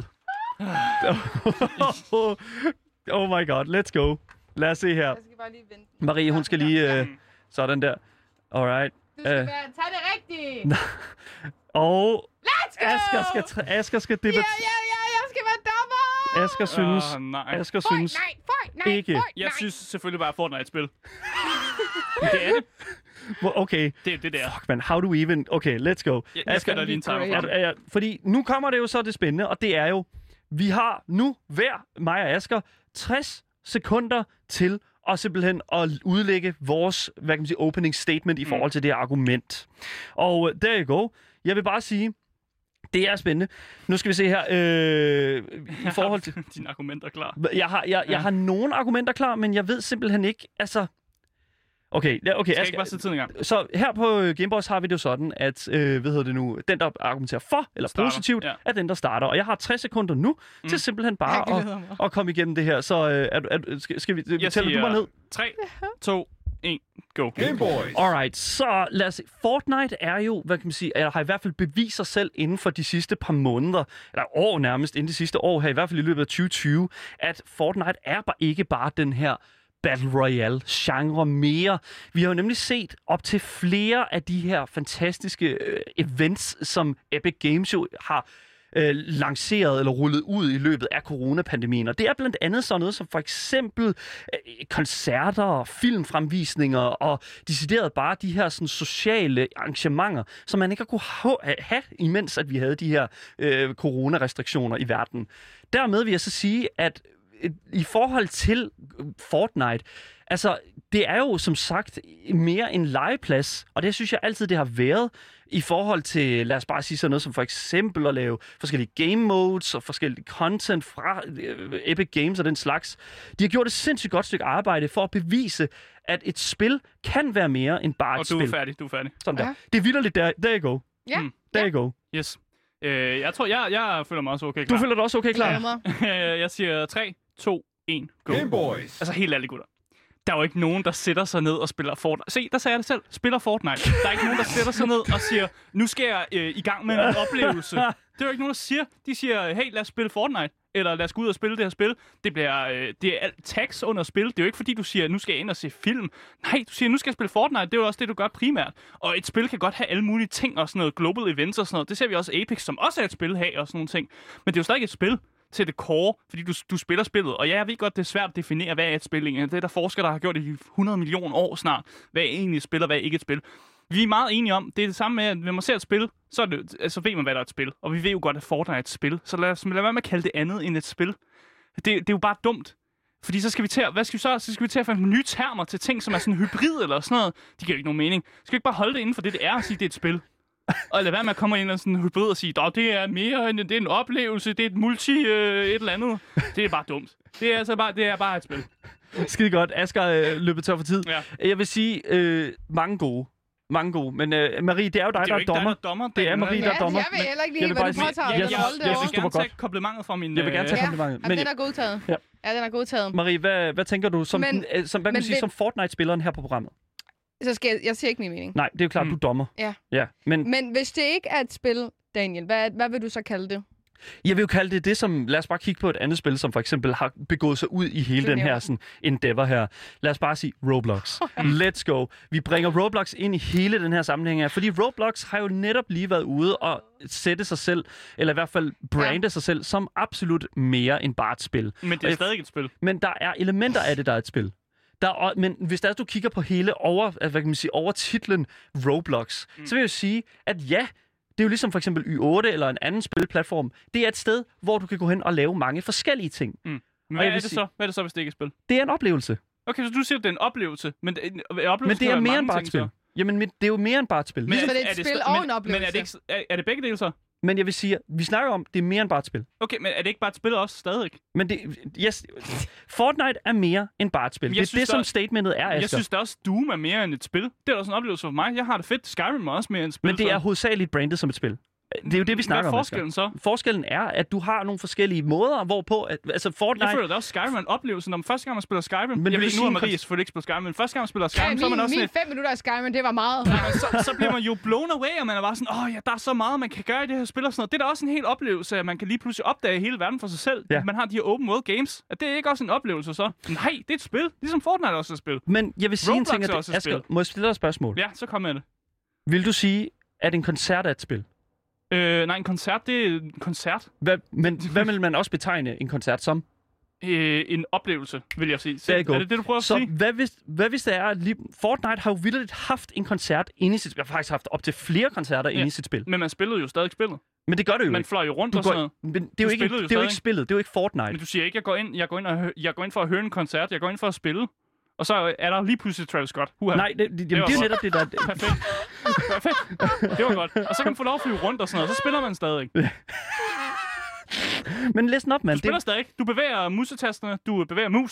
[SPEAKER 2] Oh my god, let's go. Lad os se her.
[SPEAKER 3] Jeg skal bare lige vente.
[SPEAKER 2] Marie, hun skal lige... Øh, sådan der. Alright.
[SPEAKER 3] Du skal
[SPEAKER 2] Øh.
[SPEAKER 3] være... Tag det rigtigt!
[SPEAKER 2] Og
[SPEAKER 3] Let's go!
[SPEAKER 2] Asger skal, tr- Asger skal
[SPEAKER 3] Ja,
[SPEAKER 2] debattere.
[SPEAKER 3] ja, ja, jeg skal være dommer!
[SPEAKER 2] Asger synes,
[SPEAKER 4] Åh, nej.
[SPEAKER 2] Asger synes
[SPEAKER 3] Fortnite, Fortnite,
[SPEAKER 2] ikke.
[SPEAKER 3] Fortnite.
[SPEAKER 4] Jeg synes selvfølgelig bare, at Fortnite er et spil. det er det.
[SPEAKER 2] Hvor- okay,
[SPEAKER 4] Det er det der.
[SPEAKER 2] fuck man, how do we even... Okay, let's go.
[SPEAKER 4] Jeg, jeg skal da lige en timer
[SPEAKER 2] Er,
[SPEAKER 4] frem.
[SPEAKER 2] er, fordi nu kommer det jo så det spændende, og det er jo, vi har nu hver, mig og Asger, tres sekunder til at simpelthen at udlægge vores, hvad kan man sige, opening statement i forhold til det her argument. Og uh, there you go. Jeg vil bare sige, det er spændende. Nu skal vi se her, øh, i forhold til...
[SPEAKER 4] Dine argumenter er klar.
[SPEAKER 2] Jeg har, jeg, jeg
[SPEAKER 4] Ja.
[SPEAKER 2] har nogle argumenter klar, men jeg ved simpelthen ikke, altså... Okay, ja, okay.
[SPEAKER 4] Skal
[SPEAKER 2] Jeg
[SPEAKER 4] ikke bare sætte tiden i gang?
[SPEAKER 2] Så her på øh, Gameboys har vi det jo sådan, at øh, hvad hedder det nu, den, der argumenterer for eller
[SPEAKER 4] Starter,
[SPEAKER 2] positivt,
[SPEAKER 4] ja.
[SPEAKER 2] er den, der starter. Og jeg har tres sekunder nu mm. til simpelthen bare
[SPEAKER 3] Jeg
[SPEAKER 2] at,
[SPEAKER 3] glæder mig.
[SPEAKER 2] at komme igennem det her. Så øh, er, du- er, du- skal, skal vi,
[SPEAKER 4] Jeg
[SPEAKER 2] tæller du mig ned?
[SPEAKER 4] tre, to, et, go.
[SPEAKER 1] Game Boys.
[SPEAKER 2] Alright, så lad os se. Fortnite er jo, hvad kan man sige, eller har i hvert fald bevist sig selv inden for de sidste par måneder, eller år nærmest, inden de sidste år her, i hvert fald i løbet af tyve tyve, at Fortnite er bare ikke bare den her Battle Royale-genre mere. Vi har jo nemlig set op til flere af de her fantastiske øh, events, som Epic Games jo har øh, lanceret eller rullet ud i løbet af coronapandemien. Og det er blandt andet sådan noget som for eksempel øh, koncerter, filmfremvisninger og decideret bare de her sådan, sociale arrangementer, som man ikke har kunne ha- have, imens at vi havde de her øh, coronarestriktioner i verden. Dermed vil jeg så sige, at i forhold til Fortnite, altså, det er jo som sagt mere en legeplads, og det synes jeg altid, det har været i forhold til, lad os bare sige sådan noget som for eksempel at lave forskellige game modes og forskellige content fra øh, Epic Games og den slags. De har gjort et sindssygt godt stykke arbejde for at bevise, at et spil kan være mere end bare
[SPEAKER 4] Og
[SPEAKER 2] et
[SPEAKER 4] du
[SPEAKER 2] spil.
[SPEAKER 4] er færdig, du er færdig.
[SPEAKER 2] Sådan der.
[SPEAKER 3] Ja.
[SPEAKER 2] Det er vitterligt, der. There you go.
[SPEAKER 3] Ja,
[SPEAKER 4] Mm.
[SPEAKER 2] There you go.
[SPEAKER 4] Yes. Øh, jeg tror, jeg, jeg føler mig også okay klar.
[SPEAKER 2] Du føler dig også okay klar?
[SPEAKER 3] glæder mig.
[SPEAKER 4] Jeg siger tre, to, et, go.
[SPEAKER 1] Game Boys.
[SPEAKER 4] Altså helt ærligt, gutter. Der er jo ikke nogen, der sætter sig ned og spiller Fortnite. Se, der sagde jeg det selv. Spiller Fortnite. Der er ikke nogen, der sætter sig ned og siger, nu skal jeg øh, i gang med en oplevelse. Det er jo ikke nogen, der siger. De siger, hey, lad os spille Fortnite. Eller lad os gå ud og spille det her spil. Det bliver øh, det er alt tags under spil. Det er jo ikke fordi, du siger, nu skal jeg ind og se film. Nej, du siger, nu skal jeg spille Fortnite. Det er jo også det, du gør primært. Og et spil kan godt have alle mulige ting og sådan noget. Global events og sådan noget. Det ser vi også Apex, som også er et spil, have og sådan nogle ting. Men det er jo stadig et spil til det core, fordi du, du spiller spillet. Og ja, jeg ved godt, det er svært at definere, hvad er et spil egentlig. Det er der forskere, der har gjort det i hundrede millioner år snart. Hvad er egentlig et spil, og hvad er ikke et spil. Vi er meget enige om, det er det samme med, at når man ser et spil, så, er det, altså ved man, hvad der er et spil. Og vi ved jo godt, at Fortnite er et spil. Så lad os lad være med at kalde det andet end et spil. Det, det er jo bare dumt. Fordi så skal vi til at, hvad skal vi så? Så skal vi til at finde nye termer til ting, som er sådan hybrid eller sådan noget. Det giver ikke nogen mening. Skal vi ikke bare holde det inden for det, det er, og sige, det er et spil? Og lad være med at komme ind og sådan hybrid og sige, at det er mere end det er en oplevelse, det er et multi øh, et eller andet. Det er bare dumt. Det er altså bare, det er bare et spil.
[SPEAKER 2] Skide godt. Asger øh, løbet tør for tid.
[SPEAKER 4] Ja.
[SPEAKER 2] Jeg vil sige, øh, mange gode. Mange gode. Men øh, Marie, det er jo dig,
[SPEAKER 4] Det er
[SPEAKER 2] der
[SPEAKER 4] jo
[SPEAKER 2] er
[SPEAKER 4] ikke dig,
[SPEAKER 2] dommer.
[SPEAKER 4] der er dommer.
[SPEAKER 2] Det er
[SPEAKER 4] Dan.
[SPEAKER 2] Marie,
[SPEAKER 3] Ja,
[SPEAKER 2] der er dommer.
[SPEAKER 3] jeg vil heller ikke
[SPEAKER 2] Jeg
[SPEAKER 3] lige,
[SPEAKER 2] vil
[SPEAKER 3] hvad du
[SPEAKER 2] bare
[SPEAKER 3] påtager.
[SPEAKER 2] sige-
[SPEAKER 3] Jeg,
[SPEAKER 2] jeg-
[SPEAKER 3] jeg, holde det
[SPEAKER 2] jeg
[SPEAKER 3] over.
[SPEAKER 2] synes, du
[SPEAKER 4] Jeg
[SPEAKER 2] var
[SPEAKER 4] vil gerne
[SPEAKER 2] godt.
[SPEAKER 4] tage komplimentet fra min...
[SPEAKER 2] Jeg vil gerne tage
[SPEAKER 3] Ja.
[SPEAKER 2] komplimentet.
[SPEAKER 3] Jamen,
[SPEAKER 2] Men
[SPEAKER 3] den er godtaget.
[SPEAKER 2] Ja.
[SPEAKER 3] Ja, den er godtaget.
[SPEAKER 2] Marie, hvad, hvad tænker du som,
[SPEAKER 3] Men-
[SPEAKER 2] den, øh, som hvad kan
[SPEAKER 3] men
[SPEAKER 2] man sige,
[SPEAKER 3] vil-
[SPEAKER 2] som Fortnite-spilleren her på programmet?
[SPEAKER 3] Så skal jeg, jeg siger ikke min mening.
[SPEAKER 2] Nej, det er jo klart,
[SPEAKER 4] Mm.
[SPEAKER 2] du er dommer.
[SPEAKER 3] Ja.
[SPEAKER 2] Ja, men
[SPEAKER 3] Men hvis det ikke er et spil, Daniel, hvad, hvad vil du så kalde det?
[SPEAKER 2] jeg vil jo kalde det det, som... Lad os bare kigge på et andet spil, som for eksempel har begået sig ud i hele
[SPEAKER 3] Du
[SPEAKER 2] den her
[SPEAKER 3] nævner.
[SPEAKER 2] sådan, endeavor her. Lad os bare sige Roblox. Let's go. Vi bringer Roblox ind i hele den her sammenhæng her, fordi Roblox har jo netop lige været ude og sætte sig selv, eller i hvert fald brande ja. sig selv, som absolut mere end bare et spil.
[SPEAKER 4] Men det
[SPEAKER 2] Og
[SPEAKER 4] er
[SPEAKER 2] jeg-
[SPEAKER 4] stadig et spil.
[SPEAKER 2] Men der er elementer af det, der er et spil. Der er, men hvis der er, du kigger på hele over, hvad kan man sige, over titlen Roblox, mm. så vil jeg jo sige, at ja, det er jo ligesom for eksempel Y otte eller en anden spilplatform. Det er et sted, hvor du kan gå hen og lave mange forskellige ting.
[SPEAKER 4] Men
[SPEAKER 2] Og
[SPEAKER 4] hvad
[SPEAKER 2] jeg
[SPEAKER 4] er
[SPEAKER 2] vil
[SPEAKER 4] det
[SPEAKER 2] sige-
[SPEAKER 4] så? Hvad er det så, hvis det ikke er et spil?
[SPEAKER 2] Det er en oplevelse.
[SPEAKER 4] Okay, så du siger, at det er en oplevelse. Men en, en oplevelse
[SPEAKER 2] Men det
[SPEAKER 4] kan
[SPEAKER 2] er
[SPEAKER 4] være
[SPEAKER 2] mere
[SPEAKER 4] mange
[SPEAKER 2] end bare et
[SPEAKER 4] ting,
[SPEAKER 2] spil.
[SPEAKER 4] så.
[SPEAKER 2] Jamen, men det er jo mere end bare et spil. Men,
[SPEAKER 3] Så det er et spil
[SPEAKER 4] sta-
[SPEAKER 3] og
[SPEAKER 4] men,
[SPEAKER 3] en oplevelse.
[SPEAKER 4] Men er det, ikke, er, er det begge dele så?
[SPEAKER 2] men jeg vil sige, vi snakker om, det er mere end bare et spil.
[SPEAKER 4] Okay, men er det ikke bare et spil også stadig?
[SPEAKER 2] Men det, yes, Fortnite er mere end bare et spil.
[SPEAKER 4] Jeg
[SPEAKER 2] Det er
[SPEAKER 4] synes
[SPEAKER 2] det, som
[SPEAKER 4] også-
[SPEAKER 2] statementet er, Asger.
[SPEAKER 4] Jeg synes da også, Doom er mere end et spil. Det er da også en oplevelse for mig. Jeg har det fedt. Skyrim er også mere end et spil.
[SPEAKER 2] Men det
[SPEAKER 4] så.
[SPEAKER 2] er hovedsageligt brandet som et spil. Det er jo det, vi snakker
[SPEAKER 4] Hvad er
[SPEAKER 2] om, Asger.
[SPEAKER 4] forskellen så?
[SPEAKER 2] Forskellen er, at du har nogle forskellige måder, hvorpå... At, altså Fortnite...
[SPEAKER 4] Jeg føler da også, Skyrim er en oplevelse. Når man første gang man spiller Skyrim...
[SPEAKER 2] Men
[SPEAKER 4] Men
[SPEAKER 2] vil
[SPEAKER 4] jeg
[SPEAKER 2] du
[SPEAKER 4] ved,
[SPEAKER 2] sige
[SPEAKER 4] nu har
[SPEAKER 2] en
[SPEAKER 4] Marie
[SPEAKER 2] kon-
[SPEAKER 4] selvfølgelig ikke spillet Skyrim, men første gang man spiller
[SPEAKER 3] Ja,
[SPEAKER 4] Skyrim, så er man
[SPEAKER 3] min,
[SPEAKER 4] også
[SPEAKER 3] min
[SPEAKER 4] sådan
[SPEAKER 3] fem minutter af Skyrim, det var meget.
[SPEAKER 4] lidt, så, så bliver man jo blown away, og man er bare sådan, åh ja, der er så meget, man kan gøre i det her spil og sådan noget. Det er da også en hel oplevelse, at man kan lige pludselig opdage hele verden for sig selv.
[SPEAKER 2] Ja.
[SPEAKER 4] Man har de her open world games. Er det ikke også en oplevelse så? Nej, det er et spil. Ligesom Fortnite er også et spil.
[SPEAKER 2] Men jeg vil sige
[SPEAKER 4] Roblox
[SPEAKER 2] en ting,
[SPEAKER 4] er
[SPEAKER 2] at
[SPEAKER 4] også
[SPEAKER 2] det,
[SPEAKER 4] et spil.
[SPEAKER 2] Asger, må jeg stille dig et spørgsmål?
[SPEAKER 4] Ja, så kom med det.
[SPEAKER 2] Vil du sige, at en koncert er et spil?
[SPEAKER 4] Øh, nej, en koncert, det er en koncert.
[SPEAKER 2] Hvad, men hvad vil man også betegne en koncert som?
[SPEAKER 4] Øh, en oplevelse, vil jeg sige.
[SPEAKER 2] There you go.
[SPEAKER 4] Er det det, du prøver at
[SPEAKER 2] Så
[SPEAKER 4] sige?
[SPEAKER 2] hvad hvis, hvad hvis det er... Lige, Fortnite har jo vildt haft en koncert inde i sit spil. Jeg har faktisk haft op til flere koncerter
[SPEAKER 4] Ja.
[SPEAKER 2] inde i sit spil.
[SPEAKER 4] Men man spillede jo stadig spillet.
[SPEAKER 2] Men det gør det jo
[SPEAKER 4] Man
[SPEAKER 2] ikke.
[SPEAKER 4] fløj jo rundt
[SPEAKER 2] Du
[SPEAKER 4] og sådan
[SPEAKER 2] går,
[SPEAKER 4] noget.
[SPEAKER 2] men det er
[SPEAKER 4] Du
[SPEAKER 2] jo ikke,
[SPEAKER 4] spillede jo
[SPEAKER 2] det er jo ikke
[SPEAKER 4] stadig.
[SPEAKER 2] spillet. Det er jo ikke Fortnite.
[SPEAKER 4] Men du siger ikke, jeg går ind, jeg går ind, og, hø- jeg går ind for at høre en koncert. Jeg går ind for at spille. Og så er der lige pludselig Travis Scott. Huha.
[SPEAKER 2] Nej, det, det, jamen,
[SPEAKER 4] var
[SPEAKER 2] det er jo
[SPEAKER 4] godt.
[SPEAKER 2] netop det, der...
[SPEAKER 4] Perfekt. Perfekt. Det var godt. Og så kan man få lov at flyve rundt og sådan noget. Så spiller man stadig. Du
[SPEAKER 2] Men listen op, mand.
[SPEAKER 4] spiller
[SPEAKER 2] Det,
[SPEAKER 4] stadig. Du bevæger musetasterne. Du bevæger musen.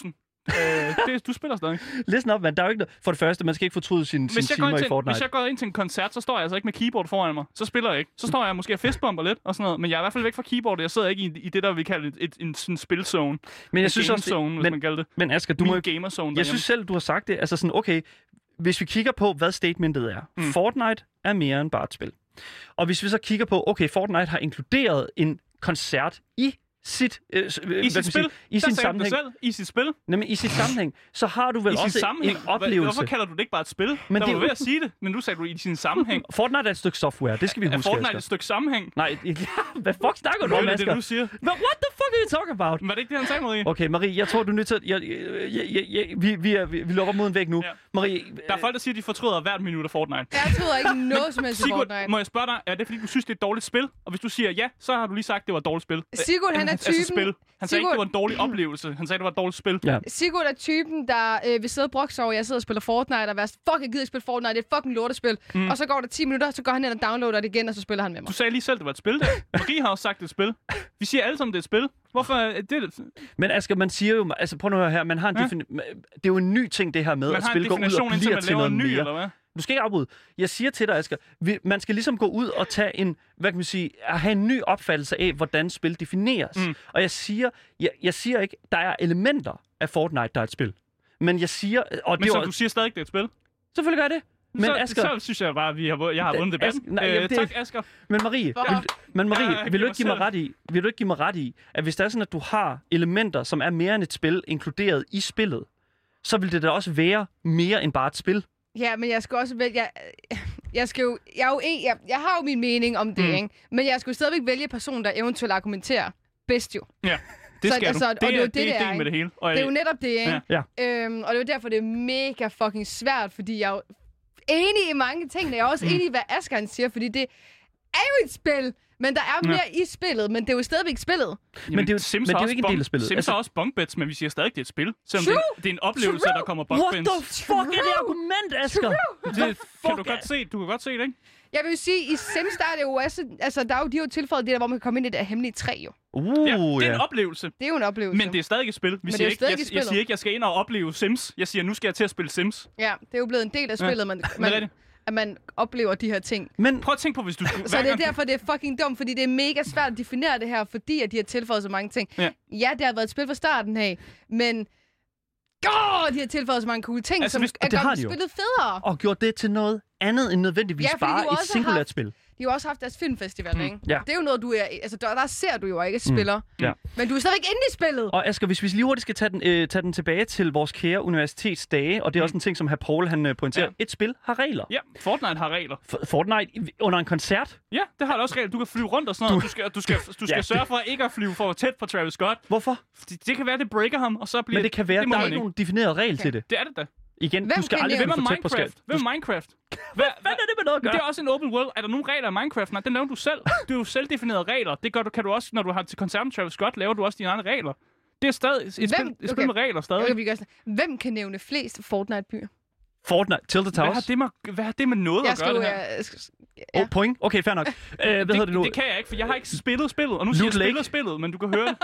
[SPEAKER 4] øh, det, du spiller stadig.
[SPEAKER 2] Listen up, man. Der er jo ikke noget. For det første, man skal ikke fortryde sine sin timer
[SPEAKER 4] til,
[SPEAKER 2] i Fortnite.
[SPEAKER 4] Hvis jeg går ind til en koncert, så står jeg altså ikke med keyboard foran mig. Så spiller jeg ikke. Så står jeg måske og fistbumper lidt og sådan noget. Men jeg er i hvert fald væk fra keyboardet. Jeg sidder ikke i, i det, der vi kalder et, et, en sådan spilzone.
[SPEAKER 2] Men jeg
[SPEAKER 4] en
[SPEAKER 2] synes også,
[SPEAKER 4] zone,
[SPEAKER 2] det,
[SPEAKER 4] hvis
[SPEAKER 2] men,
[SPEAKER 4] man kalder det.
[SPEAKER 2] men Asger, du
[SPEAKER 4] Min
[SPEAKER 2] må
[SPEAKER 4] gamerzone.
[SPEAKER 2] Jeg synes selv, du har sagt det. Altså sådan, okay, hvis vi kigger på, hvad statementet er. Mm. Fortnite er mere end bare et spil. Og hvis vi så kigger på, okay, Fortnite har inkluderet en koncert i sit, øh,
[SPEAKER 4] I sit spil?
[SPEAKER 2] Sige, i sin sammenhæng.
[SPEAKER 4] Selv. I sit spil?
[SPEAKER 2] Nemlig i sit sammenhæng, så har du vel
[SPEAKER 4] I
[SPEAKER 2] også en oplevelse.
[SPEAKER 4] Hvorfor kalder du det ikke bare et spil?
[SPEAKER 2] Men
[SPEAKER 4] der
[SPEAKER 2] det
[SPEAKER 4] var du
[SPEAKER 2] er
[SPEAKER 4] ved at sige det, men nu sagde du i sin sammenhæng.
[SPEAKER 2] Fortnite er et stykke software, det skal vi
[SPEAKER 4] er
[SPEAKER 2] huske.
[SPEAKER 4] Er Fortnite
[SPEAKER 2] Asger.
[SPEAKER 4] et stykke sammenhæng?
[SPEAKER 2] Nej, hvad fuck snakker du om,
[SPEAKER 4] Asger?
[SPEAKER 2] Asger?
[SPEAKER 4] Det er det, du siger.
[SPEAKER 2] What the fuck are you talking about?
[SPEAKER 4] Var det ikke det, han sagde, Marie?
[SPEAKER 2] Okay, Marie, jeg tror, du er nødt til at... Jeg, jeg, jeg, jeg, vi, vi, er, vi, vi lukker mod en væg nu.
[SPEAKER 4] Ja.
[SPEAKER 2] Marie...
[SPEAKER 4] Der er folk, der siger, at de fortryder hvert minut af Fortnite.
[SPEAKER 3] Jeg tror ikke noget som helst i
[SPEAKER 4] Sigurd,
[SPEAKER 3] Fortnite.
[SPEAKER 4] må jeg spørge dig, er det fordi, du synes, det er et dårligt spil? Og hvis du siger ja, så har du lige sagt, at det var et dårligt spil.
[SPEAKER 3] Sigurd, han er
[SPEAKER 4] Altså
[SPEAKER 3] typen...
[SPEAKER 4] spil. Han sagde
[SPEAKER 3] Sigurd...
[SPEAKER 4] ikke, det var en dårlig oplevelse. Han sagde, det var et dårligt spil.
[SPEAKER 2] Ja.
[SPEAKER 3] Sigurd er typen, der øh, vil sidde og brokke over, jeg sidder og spiller Fortnite, og være fuck, jeg gider ikke spille Fortnite, det er et fucking lortespil. Mm. Og så går der ti minutter, så går han ind og downloader det igen, og så spiller han med mig.
[SPEAKER 4] Du sagde lige selv, det var et spil, der. Marie har også sagt, det er et spil. Vi siger alle sammen, det er et spil. Hvorfor er det det?
[SPEAKER 2] Men Asger, man siger jo... Altså, prøv nu at høre her. Man har en
[SPEAKER 4] ja.
[SPEAKER 2] defini- det er jo en ny ting, det her med,
[SPEAKER 4] man
[SPEAKER 2] at spil går ud og bliver til noget
[SPEAKER 4] ny,
[SPEAKER 2] mere.
[SPEAKER 4] eller hvad?
[SPEAKER 2] Du skal ikke afbryde. Jeg siger til dig, Asger, vi, man skal ligesom gå ud og tage en, hvad kan man sige, at have en ny opfattelse af, hvordan spil defineres. Mm. Og jeg siger, jeg, jeg siger ikke, der er elementer af Fortnite, der er et spil. Men jeg siger... Og
[SPEAKER 4] Men
[SPEAKER 2] det
[SPEAKER 4] så
[SPEAKER 2] var,
[SPEAKER 4] du siger stadig, det er et spil?
[SPEAKER 2] Selvfølgelig gør jeg det. Men
[SPEAKER 4] så,
[SPEAKER 2] Asger,
[SPEAKER 4] så synes jeg bare, at vi har, jeg har vundet debatten.
[SPEAKER 2] Asger, nej,
[SPEAKER 4] øh,
[SPEAKER 2] jamen, det,
[SPEAKER 4] tak, Asger.
[SPEAKER 2] Men Marie, vil, men Marie
[SPEAKER 4] Ja,
[SPEAKER 2] vil, du ikke give mig
[SPEAKER 4] selv.
[SPEAKER 2] ret i, vil du ikke give mig ret i, at hvis der er sådan, at du har elementer, som er mere end et spil, inkluderet i spillet, så vil det da også være mere end bare et spil?
[SPEAKER 3] Ja, men jeg skal også vælge... Jeg, jeg, skal jo, jeg, er jo en, jeg, jeg har jo min mening om det, mm. ikke? Men jeg skal jo stadigvæk vælge personen, der eventuelt argumenterer bedst jo.
[SPEAKER 4] Ja, det
[SPEAKER 3] Så,
[SPEAKER 4] skal
[SPEAKER 3] altså,
[SPEAKER 4] du.
[SPEAKER 3] og
[SPEAKER 4] Det,
[SPEAKER 3] det er
[SPEAKER 4] er
[SPEAKER 3] jo
[SPEAKER 4] det,
[SPEAKER 3] det,
[SPEAKER 4] det er
[SPEAKER 3] det er,
[SPEAKER 4] ideen med det hele. Og,
[SPEAKER 3] Det er jo netop det, ikke?
[SPEAKER 2] Ja.
[SPEAKER 3] Øhm, og det er jo derfor, det er mega fucking svært, fordi jeg er jo enig i mange ting, og jeg er også mm. enig i, hvad Asger han siger, fordi det er jo et spil, men der er mere ja. i spillet, men det er jo stadigvæk spillet.
[SPEAKER 4] Jamen,
[SPEAKER 2] Men det er jo,
[SPEAKER 4] Sims
[SPEAKER 2] men det er
[SPEAKER 4] har
[SPEAKER 2] jo
[SPEAKER 4] også
[SPEAKER 2] ikke en
[SPEAKER 4] bunk-
[SPEAKER 2] del af spillet.
[SPEAKER 4] Sims
[SPEAKER 2] Altså,
[SPEAKER 4] har også bunkbeds, men vi siger stadig, det er et spil. Selvom
[SPEAKER 3] True.
[SPEAKER 4] det, det er en oplevelse,
[SPEAKER 3] True.
[SPEAKER 4] der kommer
[SPEAKER 2] what
[SPEAKER 4] bunkbeds.
[SPEAKER 2] the fuck er det argument, Asger?
[SPEAKER 4] Det kan du godt se. Du kan godt se det, ikke?
[SPEAKER 3] Jeg vil jo sige, i Sims, der er det jo også... Altså, der er jo, de har jo tilføjet det der, hvor man kan komme ind i det der hemmelige træ, jo.
[SPEAKER 2] Uh,
[SPEAKER 4] Ja, det er
[SPEAKER 2] ja.
[SPEAKER 4] en oplevelse.
[SPEAKER 3] Det er jo en oplevelse.
[SPEAKER 4] Men det er stadig et spil. Vi
[SPEAKER 3] det er
[SPEAKER 4] siger
[SPEAKER 3] jo
[SPEAKER 4] ikke,
[SPEAKER 3] stadig
[SPEAKER 4] jeg,
[SPEAKER 3] i
[SPEAKER 4] jeg
[SPEAKER 3] spillet.
[SPEAKER 4] siger ikke, jeg skal ind og opleve Sims. Jeg siger, nu skal jeg til at spille Sims.
[SPEAKER 3] Ja, det er jo blevet en del af spillet, ja. man,
[SPEAKER 4] Det er
[SPEAKER 3] man,
[SPEAKER 4] rigtigt.
[SPEAKER 3] at man oplever de her ting.
[SPEAKER 2] Men
[SPEAKER 4] Prøv at tænke på, hvis du skulle...
[SPEAKER 3] Så
[SPEAKER 4] hver
[SPEAKER 3] det er
[SPEAKER 4] gang-
[SPEAKER 3] derfor, det er fucking dumt, fordi det er mega svært at definere det her, fordi at de har tilføjet så mange ting.
[SPEAKER 4] Ja.
[SPEAKER 3] Ja, det har været et spil fra starten af, men... God, de har tilføjet så mange cool ting,
[SPEAKER 4] Altså,
[SPEAKER 3] som
[SPEAKER 4] hvis-
[SPEAKER 3] er
[SPEAKER 2] det har
[SPEAKER 3] gjort
[SPEAKER 2] de jo.
[SPEAKER 3] spillet federe.
[SPEAKER 2] og gjort det til noget andet end nødvendigvis
[SPEAKER 3] Ja, fordi
[SPEAKER 2] bare
[SPEAKER 3] de jo
[SPEAKER 2] et
[SPEAKER 3] også
[SPEAKER 2] singulært
[SPEAKER 3] har-
[SPEAKER 2] spil.
[SPEAKER 3] De har jo også haft deres filmfestival, ikke?
[SPEAKER 2] Ja.
[SPEAKER 3] Det er jo noget, du er... Altså, der, der ser du jo ikke spiller.
[SPEAKER 2] Ja.
[SPEAKER 3] Men du er stadigvæk inde i spillet.
[SPEAKER 2] Og Asger, hvis vi lige hurtigt skal tage den, øh, tage den tilbage til vores kære universitetsdage, og det er også en ting, som hr. Paul han øh, pointerer.
[SPEAKER 4] Ja.
[SPEAKER 2] Et spil har regler.
[SPEAKER 4] Ja, Fortnite har regler.
[SPEAKER 2] F- Fortnite i- under en koncert?
[SPEAKER 4] Ja, det har det også regler. Du kan flyve rundt og sådan noget. Du, skal, du skal, du skal
[SPEAKER 2] Ja,
[SPEAKER 4] sørge for ikke at flyve for tæt på Travis Scott.
[SPEAKER 2] Hvorfor?
[SPEAKER 4] Fordi det kan være, det breaker ham, og så bliver...
[SPEAKER 2] Men det kan være,
[SPEAKER 4] det må
[SPEAKER 2] der er
[SPEAKER 4] man
[SPEAKER 2] ikke nogen defineret regel til det.
[SPEAKER 4] Det er det da.
[SPEAKER 2] Igen,
[SPEAKER 3] Hvem
[SPEAKER 2] du skal
[SPEAKER 3] kan
[SPEAKER 2] aldrig
[SPEAKER 3] nævne-
[SPEAKER 4] Hvem
[SPEAKER 2] kunne
[SPEAKER 4] er
[SPEAKER 2] få tæt på skat.
[SPEAKER 4] Minecraft? Hvem er Minecraft? Hvad,
[SPEAKER 2] Hvad er det med noget at
[SPEAKER 4] Men
[SPEAKER 2] gøre?
[SPEAKER 4] det er også en open world. Er der nogle regler i Minecraft? Nej, det laver du selv. Du er jo selvdefinerede regler. Det gør du, kan du også, når du har til koncert med Travis Scott, laver du også dine egne regler. Det er stadig et, spil, et
[SPEAKER 3] Hvem-
[SPEAKER 4] spil med
[SPEAKER 3] okay.
[SPEAKER 4] regler stadig.
[SPEAKER 3] Okay, vi gør sådan. Hvem kan nævne flest Fortnite-byer?
[SPEAKER 2] Fortnite, Tilted
[SPEAKER 4] Hvad har,
[SPEAKER 2] Towers.
[SPEAKER 4] det med, hvad har det med noget
[SPEAKER 3] Jeg
[SPEAKER 4] at gøre,
[SPEAKER 3] skal jo...
[SPEAKER 4] det her?
[SPEAKER 3] Jeg, skal,
[SPEAKER 2] Åh, oh, point. Okay, fair nok. Uh, hvad hedder det nu?
[SPEAKER 4] Det kan jeg ikke, for jeg har ikke spillet spillet. Og nu siger jeg
[SPEAKER 2] Loot Lake.
[SPEAKER 4] spiller spillet, men du kan høre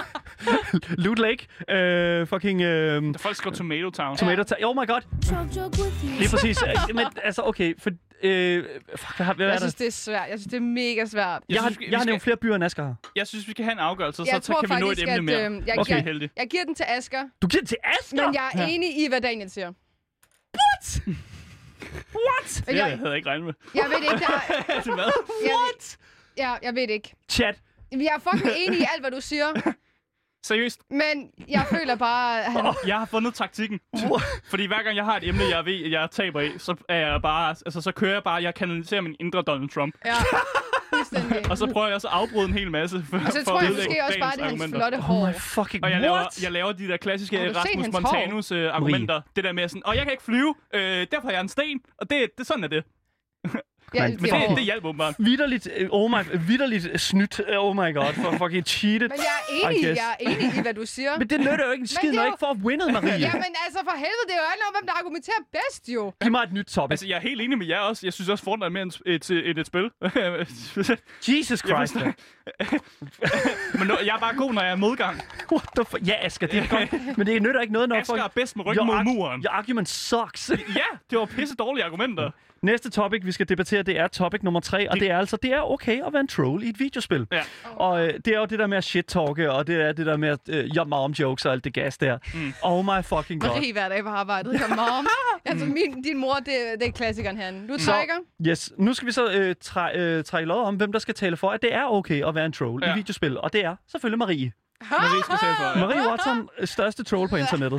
[SPEAKER 4] det.
[SPEAKER 2] Loot Lake. Uh, fucking... Uh,
[SPEAKER 4] Der folk skriver Tomato Town.
[SPEAKER 2] Tomato Ta- Oh my god. Lige præcis. Uh, men altså, okay. For, uh, fuck, hvad, har- hvad er
[SPEAKER 3] jeg
[SPEAKER 2] der?
[SPEAKER 3] synes, det er svært. Jeg synes, det er mega svært.
[SPEAKER 2] Jeg har,
[SPEAKER 4] synes, vi-
[SPEAKER 2] jeg har
[SPEAKER 4] vi
[SPEAKER 2] nævnt
[SPEAKER 4] skal-
[SPEAKER 2] flere byer end Asger har.
[SPEAKER 4] Jeg synes, vi kan have en afgørelse,
[SPEAKER 3] Jeg
[SPEAKER 4] så, så
[SPEAKER 3] tror
[SPEAKER 4] kan vi nå et
[SPEAKER 3] faktisk,
[SPEAKER 4] emne
[SPEAKER 3] at,
[SPEAKER 4] mere.
[SPEAKER 3] øhm, jeg,
[SPEAKER 4] Okay,
[SPEAKER 3] jeg,
[SPEAKER 4] heldig.
[SPEAKER 3] jeg giver den til Asger,
[SPEAKER 2] Du giver den til Asger?
[SPEAKER 3] men jeg er enig i, hvad Daniel siger.
[SPEAKER 2] What?
[SPEAKER 4] Det
[SPEAKER 3] Jeg,
[SPEAKER 4] havde jeg ikke regnet med.
[SPEAKER 3] jeg ved ikke, der,
[SPEAKER 4] Til hvad?
[SPEAKER 3] What? Ja, jeg ved det ikke.
[SPEAKER 2] Chat.
[SPEAKER 3] Vi er fucking enige i alt, hvad du siger,
[SPEAKER 4] Seriøst,
[SPEAKER 3] men jeg føler bare, at han...
[SPEAKER 4] jeg har fundet taktikken. Fordi hver gang jeg har et emne, jeg ved, jeg taber i, så er jeg bare, altså så kører jeg bare, jeg kanaliserer min indre Donald Trump.
[SPEAKER 3] Ja, fuldstændig.
[SPEAKER 4] Og så prøver jeg også at afbryde en hel masse. For,
[SPEAKER 3] Og så
[SPEAKER 4] for
[SPEAKER 3] tror
[SPEAKER 4] at
[SPEAKER 3] jeg
[SPEAKER 4] ødelægge
[SPEAKER 3] måske også bare,
[SPEAKER 4] dagens
[SPEAKER 3] det er hans
[SPEAKER 4] argumenter.
[SPEAKER 3] flotte
[SPEAKER 2] Oh
[SPEAKER 3] hår.
[SPEAKER 2] my fucking
[SPEAKER 4] Og jeg laver,
[SPEAKER 2] what?
[SPEAKER 4] jeg laver de der klassiske
[SPEAKER 3] Har du set
[SPEAKER 4] Rasmus
[SPEAKER 3] hans hår?
[SPEAKER 4] Montanus uh, argumenter. Det der med sådan, og jeg kan ikke flyve, øh, derfor er jeg en sten. Og det, det sådan er det.
[SPEAKER 3] Ja,
[SPEAKER 2] Men
[SPEAKER 3] det,
[SPEAKER 4] Men
[SPEAKER 3] er
[SPEAKER 4] det,
[SPEAKER 3] hår.
[SPEAKER 4] det hjælper åbenbart.
[SPEAKER 2] Vitterligt, øh, oh my, vitterligt snydt. Oh my god, for fucking cheated.
[SPEAKER 3] Men jeg er
[SPEAKER 2] I
[SPEAKER 3] enig,
[SPEAKER 2] guess.
[SPEAKER 3] jeg er enig i, hvad du siger.
[SPEAKER 2] Men det nytter jo ikke en skid,
[SPEAKER 3] det er
[SPEAKER 2] når jeg
[SPEAKER 3] jo-
[SPEAKER 2] ikke får winnet, Marie.
[SPEAKER 3] Jamen altså, for helvede, det er jo alt om, hvem der argumenterer bedst, jo.
[SPEAKER 2] Giv mig et nyt topic.
[SPEAKER 4] Altså, jeg er helt enig med jer også. Jeg synes også, Fortnite er mere end et, et, et, et spil.
[SPEAKER 2] Jesus Christ.
[SPEAKER 4] Men nu, jeg er bare god, når jeg er i modgang.
[SPEAKER 2] What the fuck? Ja, Asger, det er godt. Men det nytter ikke noget, når
[SPEAKER 4] Asger
[SPEAKER 2] folk...
[SPEAKER 4] er bedst med ryggen mod muren.
[SPEAKER 2] Your argument sucks.
[SPEAKER 4] Ja, det var pisse dårlige argumenter.
[SPEAKER 2] Næste topic, vi skal debattere, det er topic nummer tre, og det er altså, det er okay at være en troll i et videospil.
[SPEAKER 4] Ja.
[SPEAKER 2] Og øh, det er jo det der med at shit-talke, og det er det der med at øh, your mom jokes og alt det gas der. Mm. Oh my fucking god.
[SPEAKER 3] Marie hver dag på arbejdet. Your mom. Altså, min, din mor, det, det er klassikeren herinde. Du er
[SPEAKER 2] Så,
[SPEAKER 3] Tiger.
[SPEAKER 2] yes, nu skal vi så øh, træ, øh, trække lod om, hvem der skal tale for, at det er okay at være en troll
[SPEAKER 4] Ja.
[SPEAKER 2] i videospil. Og det er selvfølgelig Marie.
[SPEAKER 4] Marie skal tale for. Ja.
[SPEAKER 2] Marie Watson, største troll på internettet.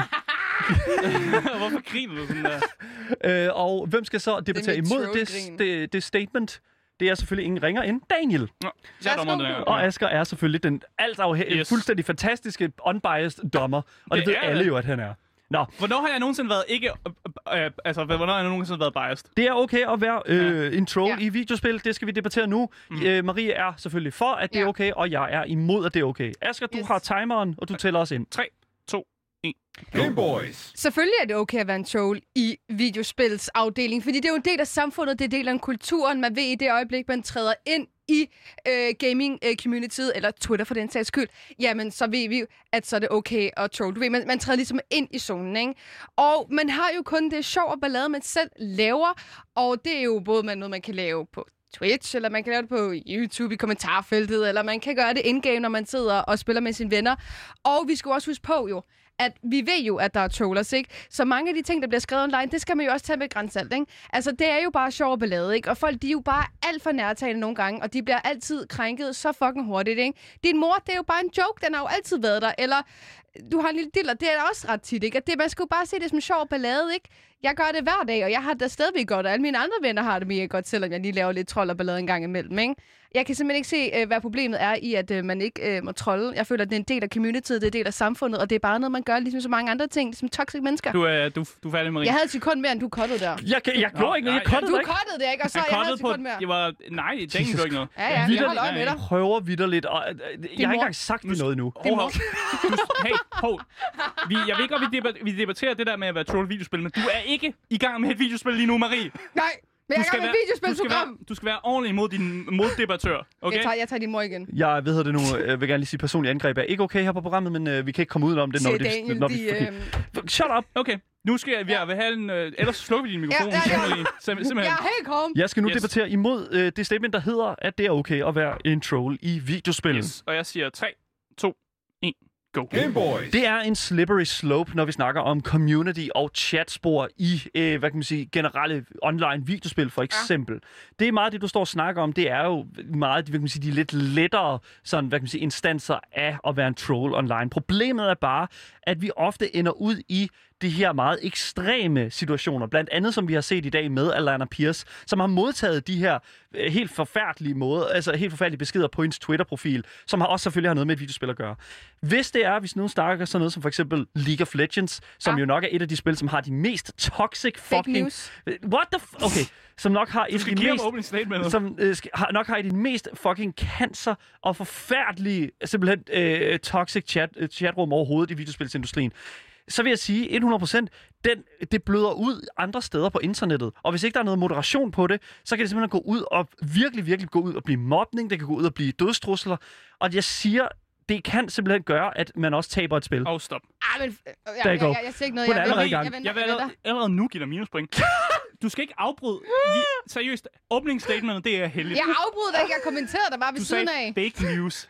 [SPEAKER 4] Hvorfor griner du sådan der?
[SPEAKER 2] øh, og hvem skal så debattere
[SPEAKER 3] mit
[SPEAKER 2] imod det,
[SPEAKER 3] trollgrin.
[SPEAKER 2] det, det statement? Det er selvfølgelig ingen ringer end Daniel.
[SPEAKER 4] Nå, jeg er dommeren, den her.
[SPEAKER 2] Og Asger er selvfølgelig den alt afhæ-
[SPEAKER 4] Yes.
[SPEAKER 2] fuldstændig fantastiske, unbiased dommer. Og det,
[SPEAKER 4] Det
[SPEAKER 2] ved
[SPEAKER 4] er
[SPEAKER 2] alle
[SPEAKER 4] det.
[SPEAKER 2] jo, at han er. Nå,
[SPEAKER 4] Hvornår har jeg nogensinde været ikke... Øh, øh, altså, hvornår har jeg nogensinde været biased?
[SPEAKER 2] det er okay at være øh, en troll
[SPEAKER 3] Ja.
[SPEAKER 2] i videospil. Det skal vi debattere nu. Mm. Øh, Marie er selvfølgelig for, at det er
[SPEAKER 3] Ja.
[SPEAKER 2] okay, og jeg er imod, at det er okay. Asger, du
[SPEAKER 3] Yes.
[SPEAKER 2] har timeren, og du tæller os ind.
[SPEAKER 4] tre, to, et.
[SPEAKER 1] Game Boys.
[SPEAKER 3] Selvfølgelig er det okay at være en troll i videospilsafdelingen, fordi det er jo en del af samfundet, det er en del af kulturen. Man ved i det øjeblik, man træder ind i øh, gaming-communityet, eller Twitter for den sags skyld, jamen så ved vi jo, at så er det okay at troll. Du ved, man, man træder ligesom ind i zonen, ikke? Og man har jo kun det sjov og ballade, man selv laver, og det er jo både man, noget, man kan lave på Twitch, eller man kan lave det på YouTube i kommentarfeltet, eller man kan gøre det in-game, når man sidder og spiller med sine venner. Og vi skal også huske på jo, at vi ved jo, at der er trollers, ikke? Så mange af de ting, der bliver skrevet online, det skal man jo også tage med grænsalt, ikke? Altså, det er jo bare sjov og ballade, ikke? Og folk, de er jo bare alt for nærtagende nogle gange, og de bliver altid krænket så fucking hurtigt, ikke? Din mor, det er jo bare en joke, den har jo altid været der. Eller, du har en lille diller, det er også ret tit, ikke? At det, man skal jo bare se det som sjov og ballade, ikke? Jeg gør det hver dag, og jeg har det stadigvæk godt, og alle mine andre venner har det mega godt, selvom jeg lige laver lidt trold og ballade en gang imellem, ikke? Jeg kan simpelthen ikke se, øh, hvad problemet er i, at øh, man ikke øh, må trolde. Jeg føler, at det er en del af communityet, det er en del af samfundet, og det er bare noget, man gør, ligesom så mange andre ting, ligesom toxic mennesker.
[SPEAKER 4] Du er, du, du er færdig, Marie.
[SPEAKER 3] Jeg havde et sekund mere, end du cuttede der.
[SPEAKER 2] Jeg, kan, jeg gjorde ikke noget, jeg
[SPEAKER 4] nej,
[SPEAKER 2] cuttede
[SPEAKER 3] Du
[SPEAKER 2] dig ikke.
[SPEAKER 3] cuttede det, ikke? Og så
[SPEAKER 4] Jeg
[SPEAKER 3] jeg, havde
[SPEAKER 4] kottede
[SPEAKER 3] et
[SPEAKER 4] på...
[SPEAKER 3] sekund mere.
[SPEAKER 4] Jeg var... Nej, det tænkte du ikke noget.
[SPEAKER 3] Ja, ja, jeg
[SPEAKER 2] Vitterligt.
[SPEAKER 3] holder øje med dig.
[SPEAKER 2] Jeg prøver vidderligt, og øh, jeg har ikke
[SPEAKER 3] mor.
[SPEAKER 2] engang sagt det noget endnu.
[SPEAKER 4] Hold op. Du- Hey, hold. Vi, jeg ved godt, vi, debat, vi debatterer det der med at være troll videospil, men du er ikke i gang med et videospil lige nu, Marie.
[SPEAKER 3] Nej, men jeg
[SPEAKER 4] Du
[SPEAKER 3] er gang med et
[SPEAKER 4] du skal,
[SPEAKER 3] videospilsprogram.
[SPEAKER 4] være, du skal være ordentlig mod din moddebattør, okay?
[SPEAKER 3] Jeg tager, jeg tager din mor igen.
[SPEAKER 2] Jeg ved det nu, jeg vil gerne lige sige, personlige angreb er ikke okay her på programmet, men øh, vi kan ikke komme ud om det, når
[SPEAKER 3] Siger
[SPEAKER 2] det
[SPEAKER 3] Daniel,
[SPEAKER 2] når vi,
[SPEAKER 3] de,
[SPEAKER 2] fordi-
[SPEAKER 3] øhm,
[SPEAKER 2] Shut up!
[SPEAKER 4] Okay, nu skal jeg, jeg vil have en... Øh, ellers slukker vi din mikrofon.
[SPEAKER 3] Ja, ja, ja.
[SPEAKER 4] simpelthen. Sim-
[SPEAKER 3] Jeg
[SPEAKER 4] simpelthen.
[SPEAKER 3] er helt calm.
[SPEAKER 2] Jeg skal nu
[SPEAKER 4] Yes.
[SPEAKER 2] debattere imod øh, det statement, der hedder, at det er okay at være en troll i videospil.
[SPEAKER 4] Yes. Og jeg siger tre, to, et, go.
[SPEAKER 1] Game Boys.
[SPEAKER 2] Det er en slippery slope, når vi snakker om community og chatspor i, øh, hvad kan man sige, generelle online videospil, for eksempel. Ja. Det er meget det, du står og snakker om. Det er jo meget, hvad kan man sige, de lidt lettere sådan, hvad kan man sige, instanser af at være en troll online. Problemet er bare, at vi ofte ender ud i de her meget ekstreme situationer. Blandt andet, som vi har set i dag med Alana Pierce, som har modtaget de her øh, helt forfærdelige måder, altså helt forfærdelige beskeder på hendes Twitter-profil, som har også selvfølgelig har noget med et videospil at gøre. Hvis det er, hvis nu snakker sådan noget som for eksempel League of Legends, som
[SPEAKER 3] Ja.
[SPEAKER 2] jo nok er et af de spil, som har de mest toxic
[SPEAKER 3] Fake
[SPEAKER 2] fucking...
[SPEAKER 3] news.
[SPEAKER 2] What the f- Okay, som nok har et
[SPEAKER 4] Du
[SPEAKER 2] af
[SPEAKER 4] skal
[SPEAKER 2] de
[SPEAKER 4] give
[SPEAKER 2] mest...
[SPEAKER 4] ham opening statement.
[SPEAKER 2] Som øh, skal, har, nok har et af de mest fucking cancer og forfærdelige, simpelthen øh, toxic chat, øh, chatrum overhovedet i videospilsindustrien. Så vil jeg sige, hundrede procent, den, det bløder ud andre steder på internettet. Og hvis ikke der er noget moderation på det, så kan det simpelthen gå ud og virkelig, virkelig gå ud og blive mobning. Det kan gå ud og blive dødstrusler. Og jeg siger, det kan simpelthen gøre, at man også taber et spil.
[SPEAKER 4] Åh, oh, stop.
[SPEAKER 3] Ah, men... øh,
[SPEAKER 2] Der
[SPEAKER 3] Jeg,
[SPEAKER 2] er
[SPEAKER 3] jeg,
[SPEAKER 2] go.
[SPEAKER 3] jeg, jeg siger ikke noget.
[SPEAKER 2] Hun er
[SPEAKER 3] Jeg,
[SPEAKER 2] allerede i
[SPEAKER 3] jeg,
[SPEAKER 2] gang.
[SPEAKER 3] jeg, venter,
[SPEAKER 4] Jeg vil
[SPEAKER 3] jeg
[SPEAKER 4] allerede,
[SPEAKER 3] venter.
[SPEAKER 4] allerede nu give dig minuspoint. Du skal ikke afbryde. Vi, seriøst, opening statementet, det er heldigt.
[SPEAKER 3] Jeg afbrød dig ikke. Jeg kommenterede dig bare ved
[SPEAKER 4] Du
[SPEAKER 3] siden
[SPEAKER 4] sagde
[SPEAKER 3] af.
[SPEAKER 4] fake news.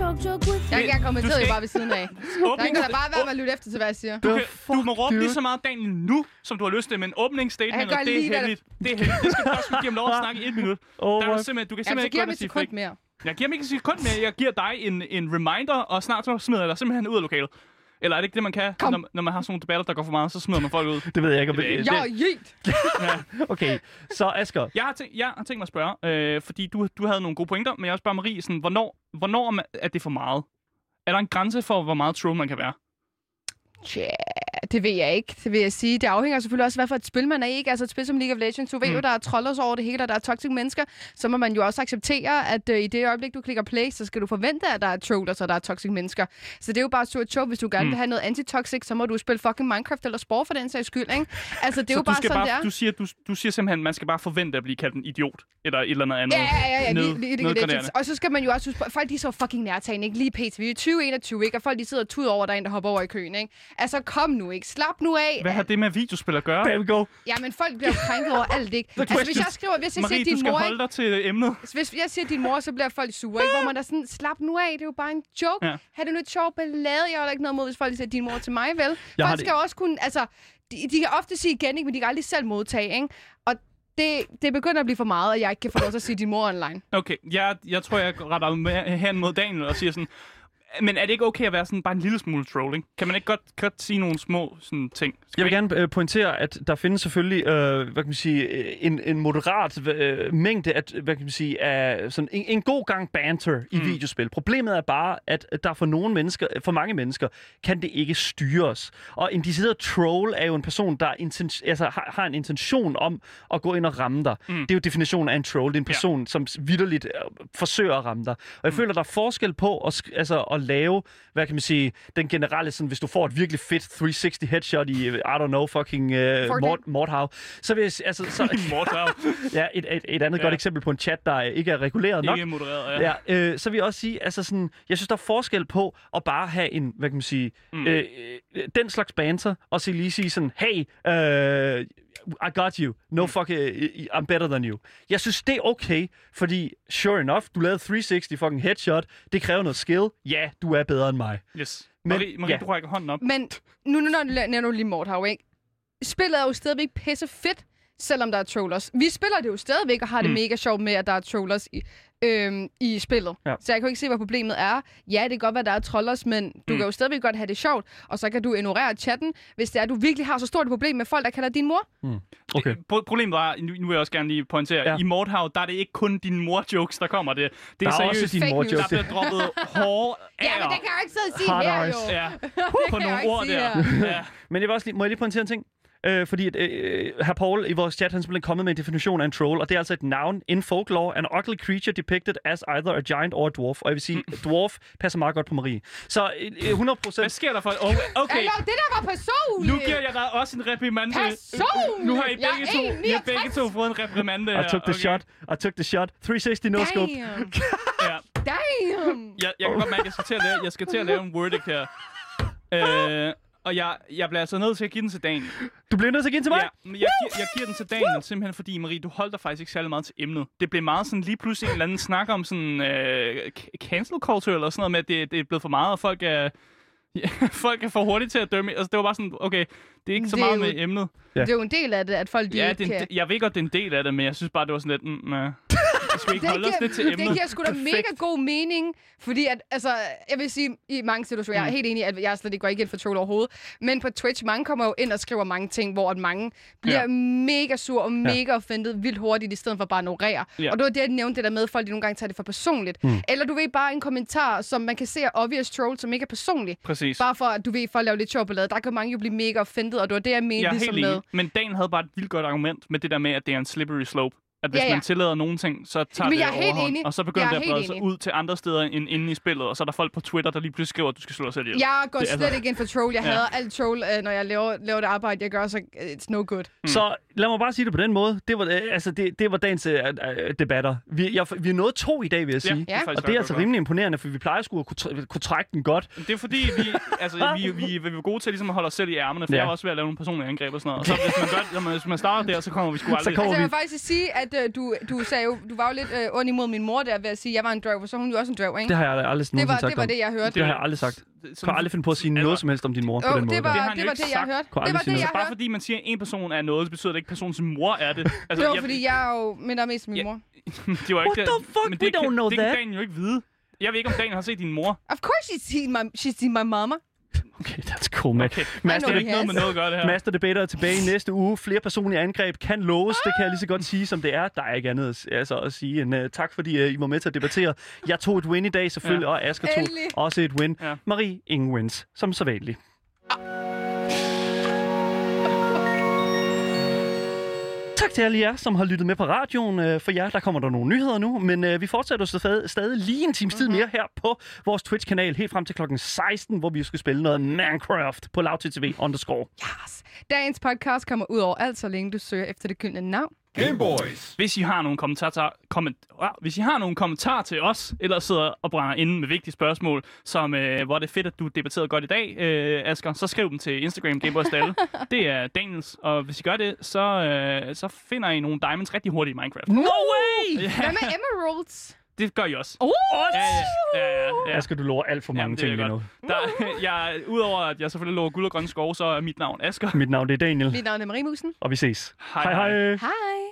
[SPEAKER 3] Jeg, jeg kommenterede
[SPEAKER 4] skal
[SPEAKER 3] jo bare ved siden af. Der
[SPEAKER 4] Opening,
[SPEAKER 3] kan da bare være med at lytte efter til, hvad jeg siger.
[SPEAKER 4] du, kan,
[SPEAKER 2] fuck,
[SPEAKER 4] du må råbe
[SPEAKER 2] dude.
[SPEAKER 4] lige så meget, Daniel, nu, som du har lyst til, men opening statementet,
[SPEAKER 3] gør
[SPEAKER 4] det
[SPEAKER 3] lige,
[SPEAKER 4] er
[SPEAKER 3] hvad
[SPEAKER 4] heldigt. Det er heldigt. Det skal først give ham lov at snakke i et minut.
[SPEAKER 2] Oh
[SPEAKER 4] Der er
[SPEAKER 2] my-
[SPEAKER 4] du simpelthen, du kan
[SPEAKER 3] Jamen,
[SPEAKER 4] simpelthen
[SPEAKER 3] så
[SPEAKER 4] ikke
[SPEAKER 3] giver
[SPEAKER 4] gå
[SPEAKER 3] jeg
[SPEAKER 4] ind og sige
[SPEAKER 3] et sekund
[SPEAKER 4] fake.
[SPEAKER 3] mere.
[SPEAKER 4] Jeg giver mig ikke et sekund mere. Jeg giver dig en, en reminder, og snart så smider jeg dig simpelthen ud af lokalet. Eller er det ikke det, man kan,
[SPEAKER 3] Kom.
[SPEAKER 4] når, når man har sådan nogle debatter, der går for meget, så smider man folk ud?
[SPEAKER 2] Det ved jeg ikke. om
[SPEAKER 4] Det ved
[SPEAKER 2] det,
[SPEAKER 4] jeg
[SPEAKER 3] Ja,
[SPEAKER 2] det,
[SPEAKER 3] jeet.
[SPEAKER 4] Ja.
[SPEAKER 2] okay, så Asger.
[SPEAKER 4] Jeg har, tænkt, jeg har tænkt mig at spørge, øh, fordi du, du havde nogle gode pointer, men jeg vil spørge Marie, sådan, hvornår, hvornår er man- er det for meget? Er der en grænse for, hvor meget troll man kan være?
[SPEAKER 3] Tja, Det ved jeg ikke, det vil jeg sige. Det afhænger selvfølgelig også, hvad for et spil man er i. Altså et spil som League of Legends, du ved mm. jo, der er trollers over det hele, og der er toxic mennesker. Så må man jo også acceptere, at uh, i det øjeblik, du klikker play, så skal du forvente, at der er trollers, og der er toxic mennesker. Så det er jo bare et show. Hvis du gerne mm. vil have noget anti-toxic, så må du spille fucking Minecraft eller Spore for den sags skyld, ikke? Altså, det er
[SPEAKER 4] så
[SPEAKER 3] jo bare sådan,
[SPEAKER 4] bare,
[SPEAKER 3] det er.
[SPEAKER 4] Du siger, du, du siger simpelthen, man skal bare forvente at blive kaldt en idiot, eller et eller andet.
[SPEAKER 3] Ja, ja, ja, ja.
[SPEAKER 4] Ned,
[SPEAKER 3] lige, lige, lige, og så skal man jo også huske på, folk de er så fucking nærtagende, ikke? Lige pt. Vi er tyve enogtyve, ikke? Og folk de sidder og tuder over, der er en, der hopper over i køen, ikke? Altså, kom nu, ikke? Slap nu af.
[SPEAKER 4] Hvad har det med videospil at gøre?
[SPEAKER 2] Baby go.
[SPEAKER 3] Ja, men folk bliver krænket over alt, ikke? Altså, hvis jeg skriver, hvis jeg
[SPEAKER 4] Marie,
[SPEAKER 3] siger din
[SPEAKER 4] du skal
[SPEAKER 3] mor,
[SPEAKER 4] holde dig til emnet.
[SPEAKER 3] Hvis jeg siger din mor, så bliver folk sure, ikke? Hvor man da sådan, slap nu af, det er jo bare en joke.
[SPEAKER 4] Ja.
[SPEAKER 3] Har du nu et sjovt ballade? Jeg har da ikke noget mod, hvis folk siger din mor til mig, vel?
[SPEAKER 2] Jeg
[SPEAKER 3] Folk skal det... også kunne, altså, de, de kan ofte sige igen, ikke? Men de kan aldrig selv modtage, ikke? Og det, det begynder at blive for meget, at jeg ikke kan få lov til at sige din mor online.
[SPEAKER 4] Okay, jeg, jeg tror, jeg retter med hen mod Daniel og siger sådan, men er det ikke okay at være sådan bare en lille smule trolling? Kan man ikke godt, godt sige nogle små sådan, ting? Skal
[SPEAKER 2] Jeg vil gerne øh, pointere, at der findes selvfølgelig øh, hvad kan man sige, en, en moderat øh, mængde af, hvad kan man sige, af sådan en, en god gang banter i mm. videospil. Problemet er bare, at der for nogle mennesker, for mange mennesker, kan det ikke styres. Og en decideret troll er jo en person, der inten- altså, har, har en intention om at gå ind og ramme dig. Mm. Det er jo definitionen af en troll. Det er en person, ja. som vitterligt øh, forsøger at ramme dig. Og jeg mm. føler, der er forskel på at, sk- altså, at lave, hvad kan man sige, den generelle, sådan, hvis du får et virkelig fedt tre hundrede tres headshot i, I don't know, fucking uh, Mord, Mordhav, så vil jeg, altså, så,
[SPEAKER 4] Mordhav.
[SPEAKER 2] ja, et, et, et andet ja. godt eksempel på en chat, der ikke er reguleret nok.
[SPEAKER 4] Ikke modereret, ja.
[SPEAKER 2] ja øh, så vil jeg også sige, altså sådan, jeg synes, der er forskel på at bare have en, hvad kan man sige, mm. øh, den slags banter, og så lige sige sådan, hey, uh, I got you. No fuck, uh, I'm better than you. Jeg synes, det er okay, fordi sure enough, du lavede tre hundrede tres fucking headshot. Det kræver noget skill. Ja, du er bedre end mig.
[SPEAKER 4] Yes. Men, Marie, Marie ja. du rækker hånden op.
[SPEAKER 3] Men nu, nu når du nævner du lige Mordhav, ikke? Spillet er jo stadigvæk pisse fedt, selvom der er trollers. Vi spiller det jo stadigvæk og har det mm. mega sjovt med, at der er trollers i, øhm, i spillet. Ja. Så jeg kan jo ikke se, hvad problemet er. Ja, det kan godt være, at der er trollers, men du mm. kan jo stadigvæk godt have det sjovt. Og så kan du ignorere chatten, hvis det er, at du virkelig har så stort et problem med folk, der kalder din mor.
[SPEAKER 2] Mm. Okay.
[SPEAKER 4] Pro- problemet er, nu vil jeg også gerne lige pointere, ja. i Mordhav, der er det ikke kun din mor-jokes, der kommer. Det, det er,
[SPEAKER 2] der er seriøst,
[SPEAKER 4] også
[SPEAKER 2] din mor-jokes.
[SPEAKER 4] Der bliver droppet hårde ærer.
[SPEAKER 3] Ja, men det kan jeg jo ikke sidde og sige
[SPEAKER 2] Hard
[SPEAKER 3] her,
[SPEAKER 2] eyes.
[SPEAKER 3] jo.
[SPEAKER 4] Ja.
[SPEAKER 3] På
[SPEAKER 4] nogle ord der. Ja.
[SPEAKER 2] Men jeg vil også lige, må jeg lige pointere en ting? Øh, fordi øh, herr Paul i vores chat, han er simpelthen kommet med en definition af en troll, og det er altså et navn in folklore, an ugly creature depicted as either a giant or a dwarf. Og jeg vil sige, mm. dwarf passer meget godt på Marie. Så øh, hundrede procent...
[SPEAKER 4] Hvad sker der for... Okay. okay.
[SPEAKER 3] Eller, det der var personligt!
[SPEAKER 4] Nu giver jeg dig også en reprimande.
[SPEAKER 3] Personligt!
[SPEAKER 4] Nu har I begge, to, I har begge to fået en reprimande her.
[SPEAKER 2] I took the okay. shot. I took the shot. tre hundrede tres no scope.
[SPEAKER 4] ja.
[SPEAKER 3] Damn!
[SPEAKER 4] Jeg, jeg kan godt mærke, at jeg skal til at lave, jeg skal til at lave en wordic her. Øh... Og jeg, jeg bliver altså nødt til at give den til Daniel.
[SPEAKER 2] Du bliver nødt til at give den til mig?
[SPEAKER 4] Ja, men jeg, jeg, jeg giver den til Daniel simpelthen fordi, Marie, du holdt dig faktisk ikke særlig meget til emnet. Det blev meget sådan lige pludselig en eller anden snak om sådan øh, cancel culture eller sådan noget med, at det, det er blevet for meget, og folk er, ja, folk er for hurtige til at dømme. Altså, det var bare sådan, okay, det er ikke så
[SPEAKER 3] det
[SPEAKER 4] meget
[SPEAKER 3] jo,
[SPEAKER 4] med emnet.
[SPEAKER 3] Ja. Det er jo en del af det, at folk de
[SPEAKER 4] ja,
[SPEAKER 3] ikke
[SPEAKER 4] det
[SPEAKER 3] kan...
[SPEAKER 4] Jeg ved godt, det er en del af det, men jeg synes bare, det var sådan lidt... Mm, uh. Skal vi ikke holde os lidt til emnet?
[SPEAKER 3] Det giver sgu da mega god mening, fordi at, altså, jeg vil sige, i mange situationer, mm. jeg er helt enig i, at jeg slet ikke går ikke ind for troll overhovedet, men på Twitch, mange kommer jo ind og skriver mange ting, hvor at mange bliver ja. mega sur og mega ja. offentet vildt hurtigt, i stedet for bare at ignorere. Ja. Og det var det, jeg nævnte det der med, at folk de nogle gange tager det for personligt. Mm. Eller du ved, bare en kommentar, som man kan se er obvious troll, som ikke er personlig.
[SPEAKER 4] Præcis.
[SPEAKER 3] Bare for, at du ved, for at lave lidt sjov ballade. Der kan mange jo blive mega offentet, og det var det, jeg mente
[SPEAKER 4] jeg
[SPEAKER 3] ligesom med.
[SPEAKER 4] Men Dan havde bare et vildt godt argument med det der med, at det er en slippery slope. At hvis ja, ja. man tillader nogle ting, så tager
[SPEAKER 3] men
[SPEAKER 4] det
[SPEAKER 3] overhånd,
[SPEAKER 4] enig. Og så begynder det at brede sig ud til andre steder end inde i spillet. Og så er der folk på Twitter, der lige pludselig skriver, at du skal slå dig selv ihjel.
[SPEAKER 3] Jeg går det, slet altså... ikke ind for troll. Jeg
[SPEAKER 4] ja.
[SPEAKER 3] hader alt troll, når jeg laver, laver det arbejde, jeg gør, så it's no good.
[SPEAKER 2] Mm. Så lad mig bare sige det på den måde. Det var, altså, det, det var dagens uh, debatter. Vi, jeg, vi er nået to i dag, vil jeg sige.
[SPEAKER 3] Ja.
[SPEAKER 2] Og det er altså rimelig imponerende, for vi plejer sgu at kunne, kunne trække den godt.
[SPEAKER 4] Det er fordi, vi, altså, vi, vi, vi er gode til ligesom at holde os selv i ærmerne, for ja. jeg er også ved at lave nogle personlige angreb og sådan noget. Og så hvis man, gør, når man, hvis man starter der, så kommer vi sgu aldrig...
[SPEAKER 2] Så kommer
[SPEAKER 3] altså,
[SPEAKER 2] vi...
[SPEAKER 3] jeg vil faktisk sige, at uh, du, du sagde jo, du var jo lidt øh, ond imod min mor der ved at sige, at jeg var en drøv, for så er hun jo også en drøv, ikke?
[SPEAKER 2] Det har jeg aldrig
[SPEAKER 3] det var,
[SPEAKER 2] sagt
[SPEAKER 3] det var det, jeg hørte.
[SPEAKER 2] Det har jeg aldrig sagt. Jeg kan aldrig finde på at sige noget som helst om din mor
[SPEAKER 3] oh,
[SPEAKER 2] på den måde.
[SPEAKER 3] Det var
[SPEAKER 4] det,
[SPEAKER 3] det, var det jeg hørte. Det var det, jeg hørte.
[SPEAKER 4] Bare fordi man siger, at en person er noget, så betyder det ikke, at personens mor er det. Altså,
[SPEAKER 3] det var
[SPEAKER 4] jeg,
[SPEAKER 3] fordi, jeg er jo minder mest min mor.
[SPEAKER 4] det var ikke
[SPEAKER 2] What the fuck?
[SPEAKER 4] Men
[SPEAKER 2] We
[SPEAKER 4] det,
[SPEAKER 2] don't know
[SPEAKER 4] det,
[SPEAKER 2] that.
[SPEAKER 4] Det kan Daniel jo ikke vide. Jeg ved ikke, om Daniel har set din mor.
[SPEAKER 3] Of course she's seen my, she's seen my mama.
[SPEAKER 2] Okay, that's cool, man.
[SPEAKER 4] Okay. Master, det er ikke noget med noget at gøre det her.
[SPEAKER 2] Master Debater er tilbage i næste uge. Flere personlige angreb kan loves. Det kan jeg lige så godt sige, som det er. Der er ikke andet altså, at sige end uh, tak, fordi uh, I var med til at debattere. Jeg tog et win i dag, selvfølgelig, ja. Og Asger tog
[SPEAKER 3] Endelig.
[SPEAKER 2] også et win.
[SPEAKER 4] Ja.
[SPEAKER 2] Marie, ingen wins, som så vanligt. tak til alle jer, som har lyttet med på radioen. Øh, For jer, der kommer der nogle nyheder nu, men øh, vi fortsætter så stadig, stadig lige en times tid mere her på vores Twitch-kanal, helt frem til klokken seksten, hvor vi skal spille noget Minecraft på LoudTV underscore.
[SPEAKER 3] Yes. Dagens podcast kommer ud over alt, så længe du søger efter det gyldne navn.
[SPEAKER 1] Gameboys.
[SPEAKER 4] Hvis I har nogle kommentarer til, komment, uh, hvis I har nogle kommentarer til os, eller sidder og brænder inde med vigtige spørgsmål, som øh, hvor det er fedt, at du debatterede godt i dag, øh, Asger, så skriv dem til Instagram Gameboys Dalle. Det er Daniels, og hvis I gør det, så, øh, så finder I nogle diamonds rigtig hurtigt i Minecraft.
[SPEAKER 2] No way!
[SPEAKER 4] Ja,
[SPEAKER 3] Hvad med emeralds?
[SPEAKER 4] det gør I også.
[SPEAKER 3] Uh!
[SPEAKER 4] Ja, ja, ja, ja, ja.
[SPEAKER 2] Jeg skal du lover alt for mange
[SPEAKER 4] Jamen, det er
[SPEAKER 2] ting lige nu.
[SPEAKER 4] godt. Der, jeg, udover at jeg selvfølgelig lover guld og grønne skove, så er mit navn Asger.
[SPEAKER 2] Mit navn det er Daniel,
[SPEAKER 3] Mit navn er Marie Musen.
[SPEAKER 2] og vi ses.
[SPEAKER 4] Hej,
[SPEAKER 2] hej.
[SPEAKER 4] hej.
[SPEAKER 2] hej.
[SPEAKER 3] Hej.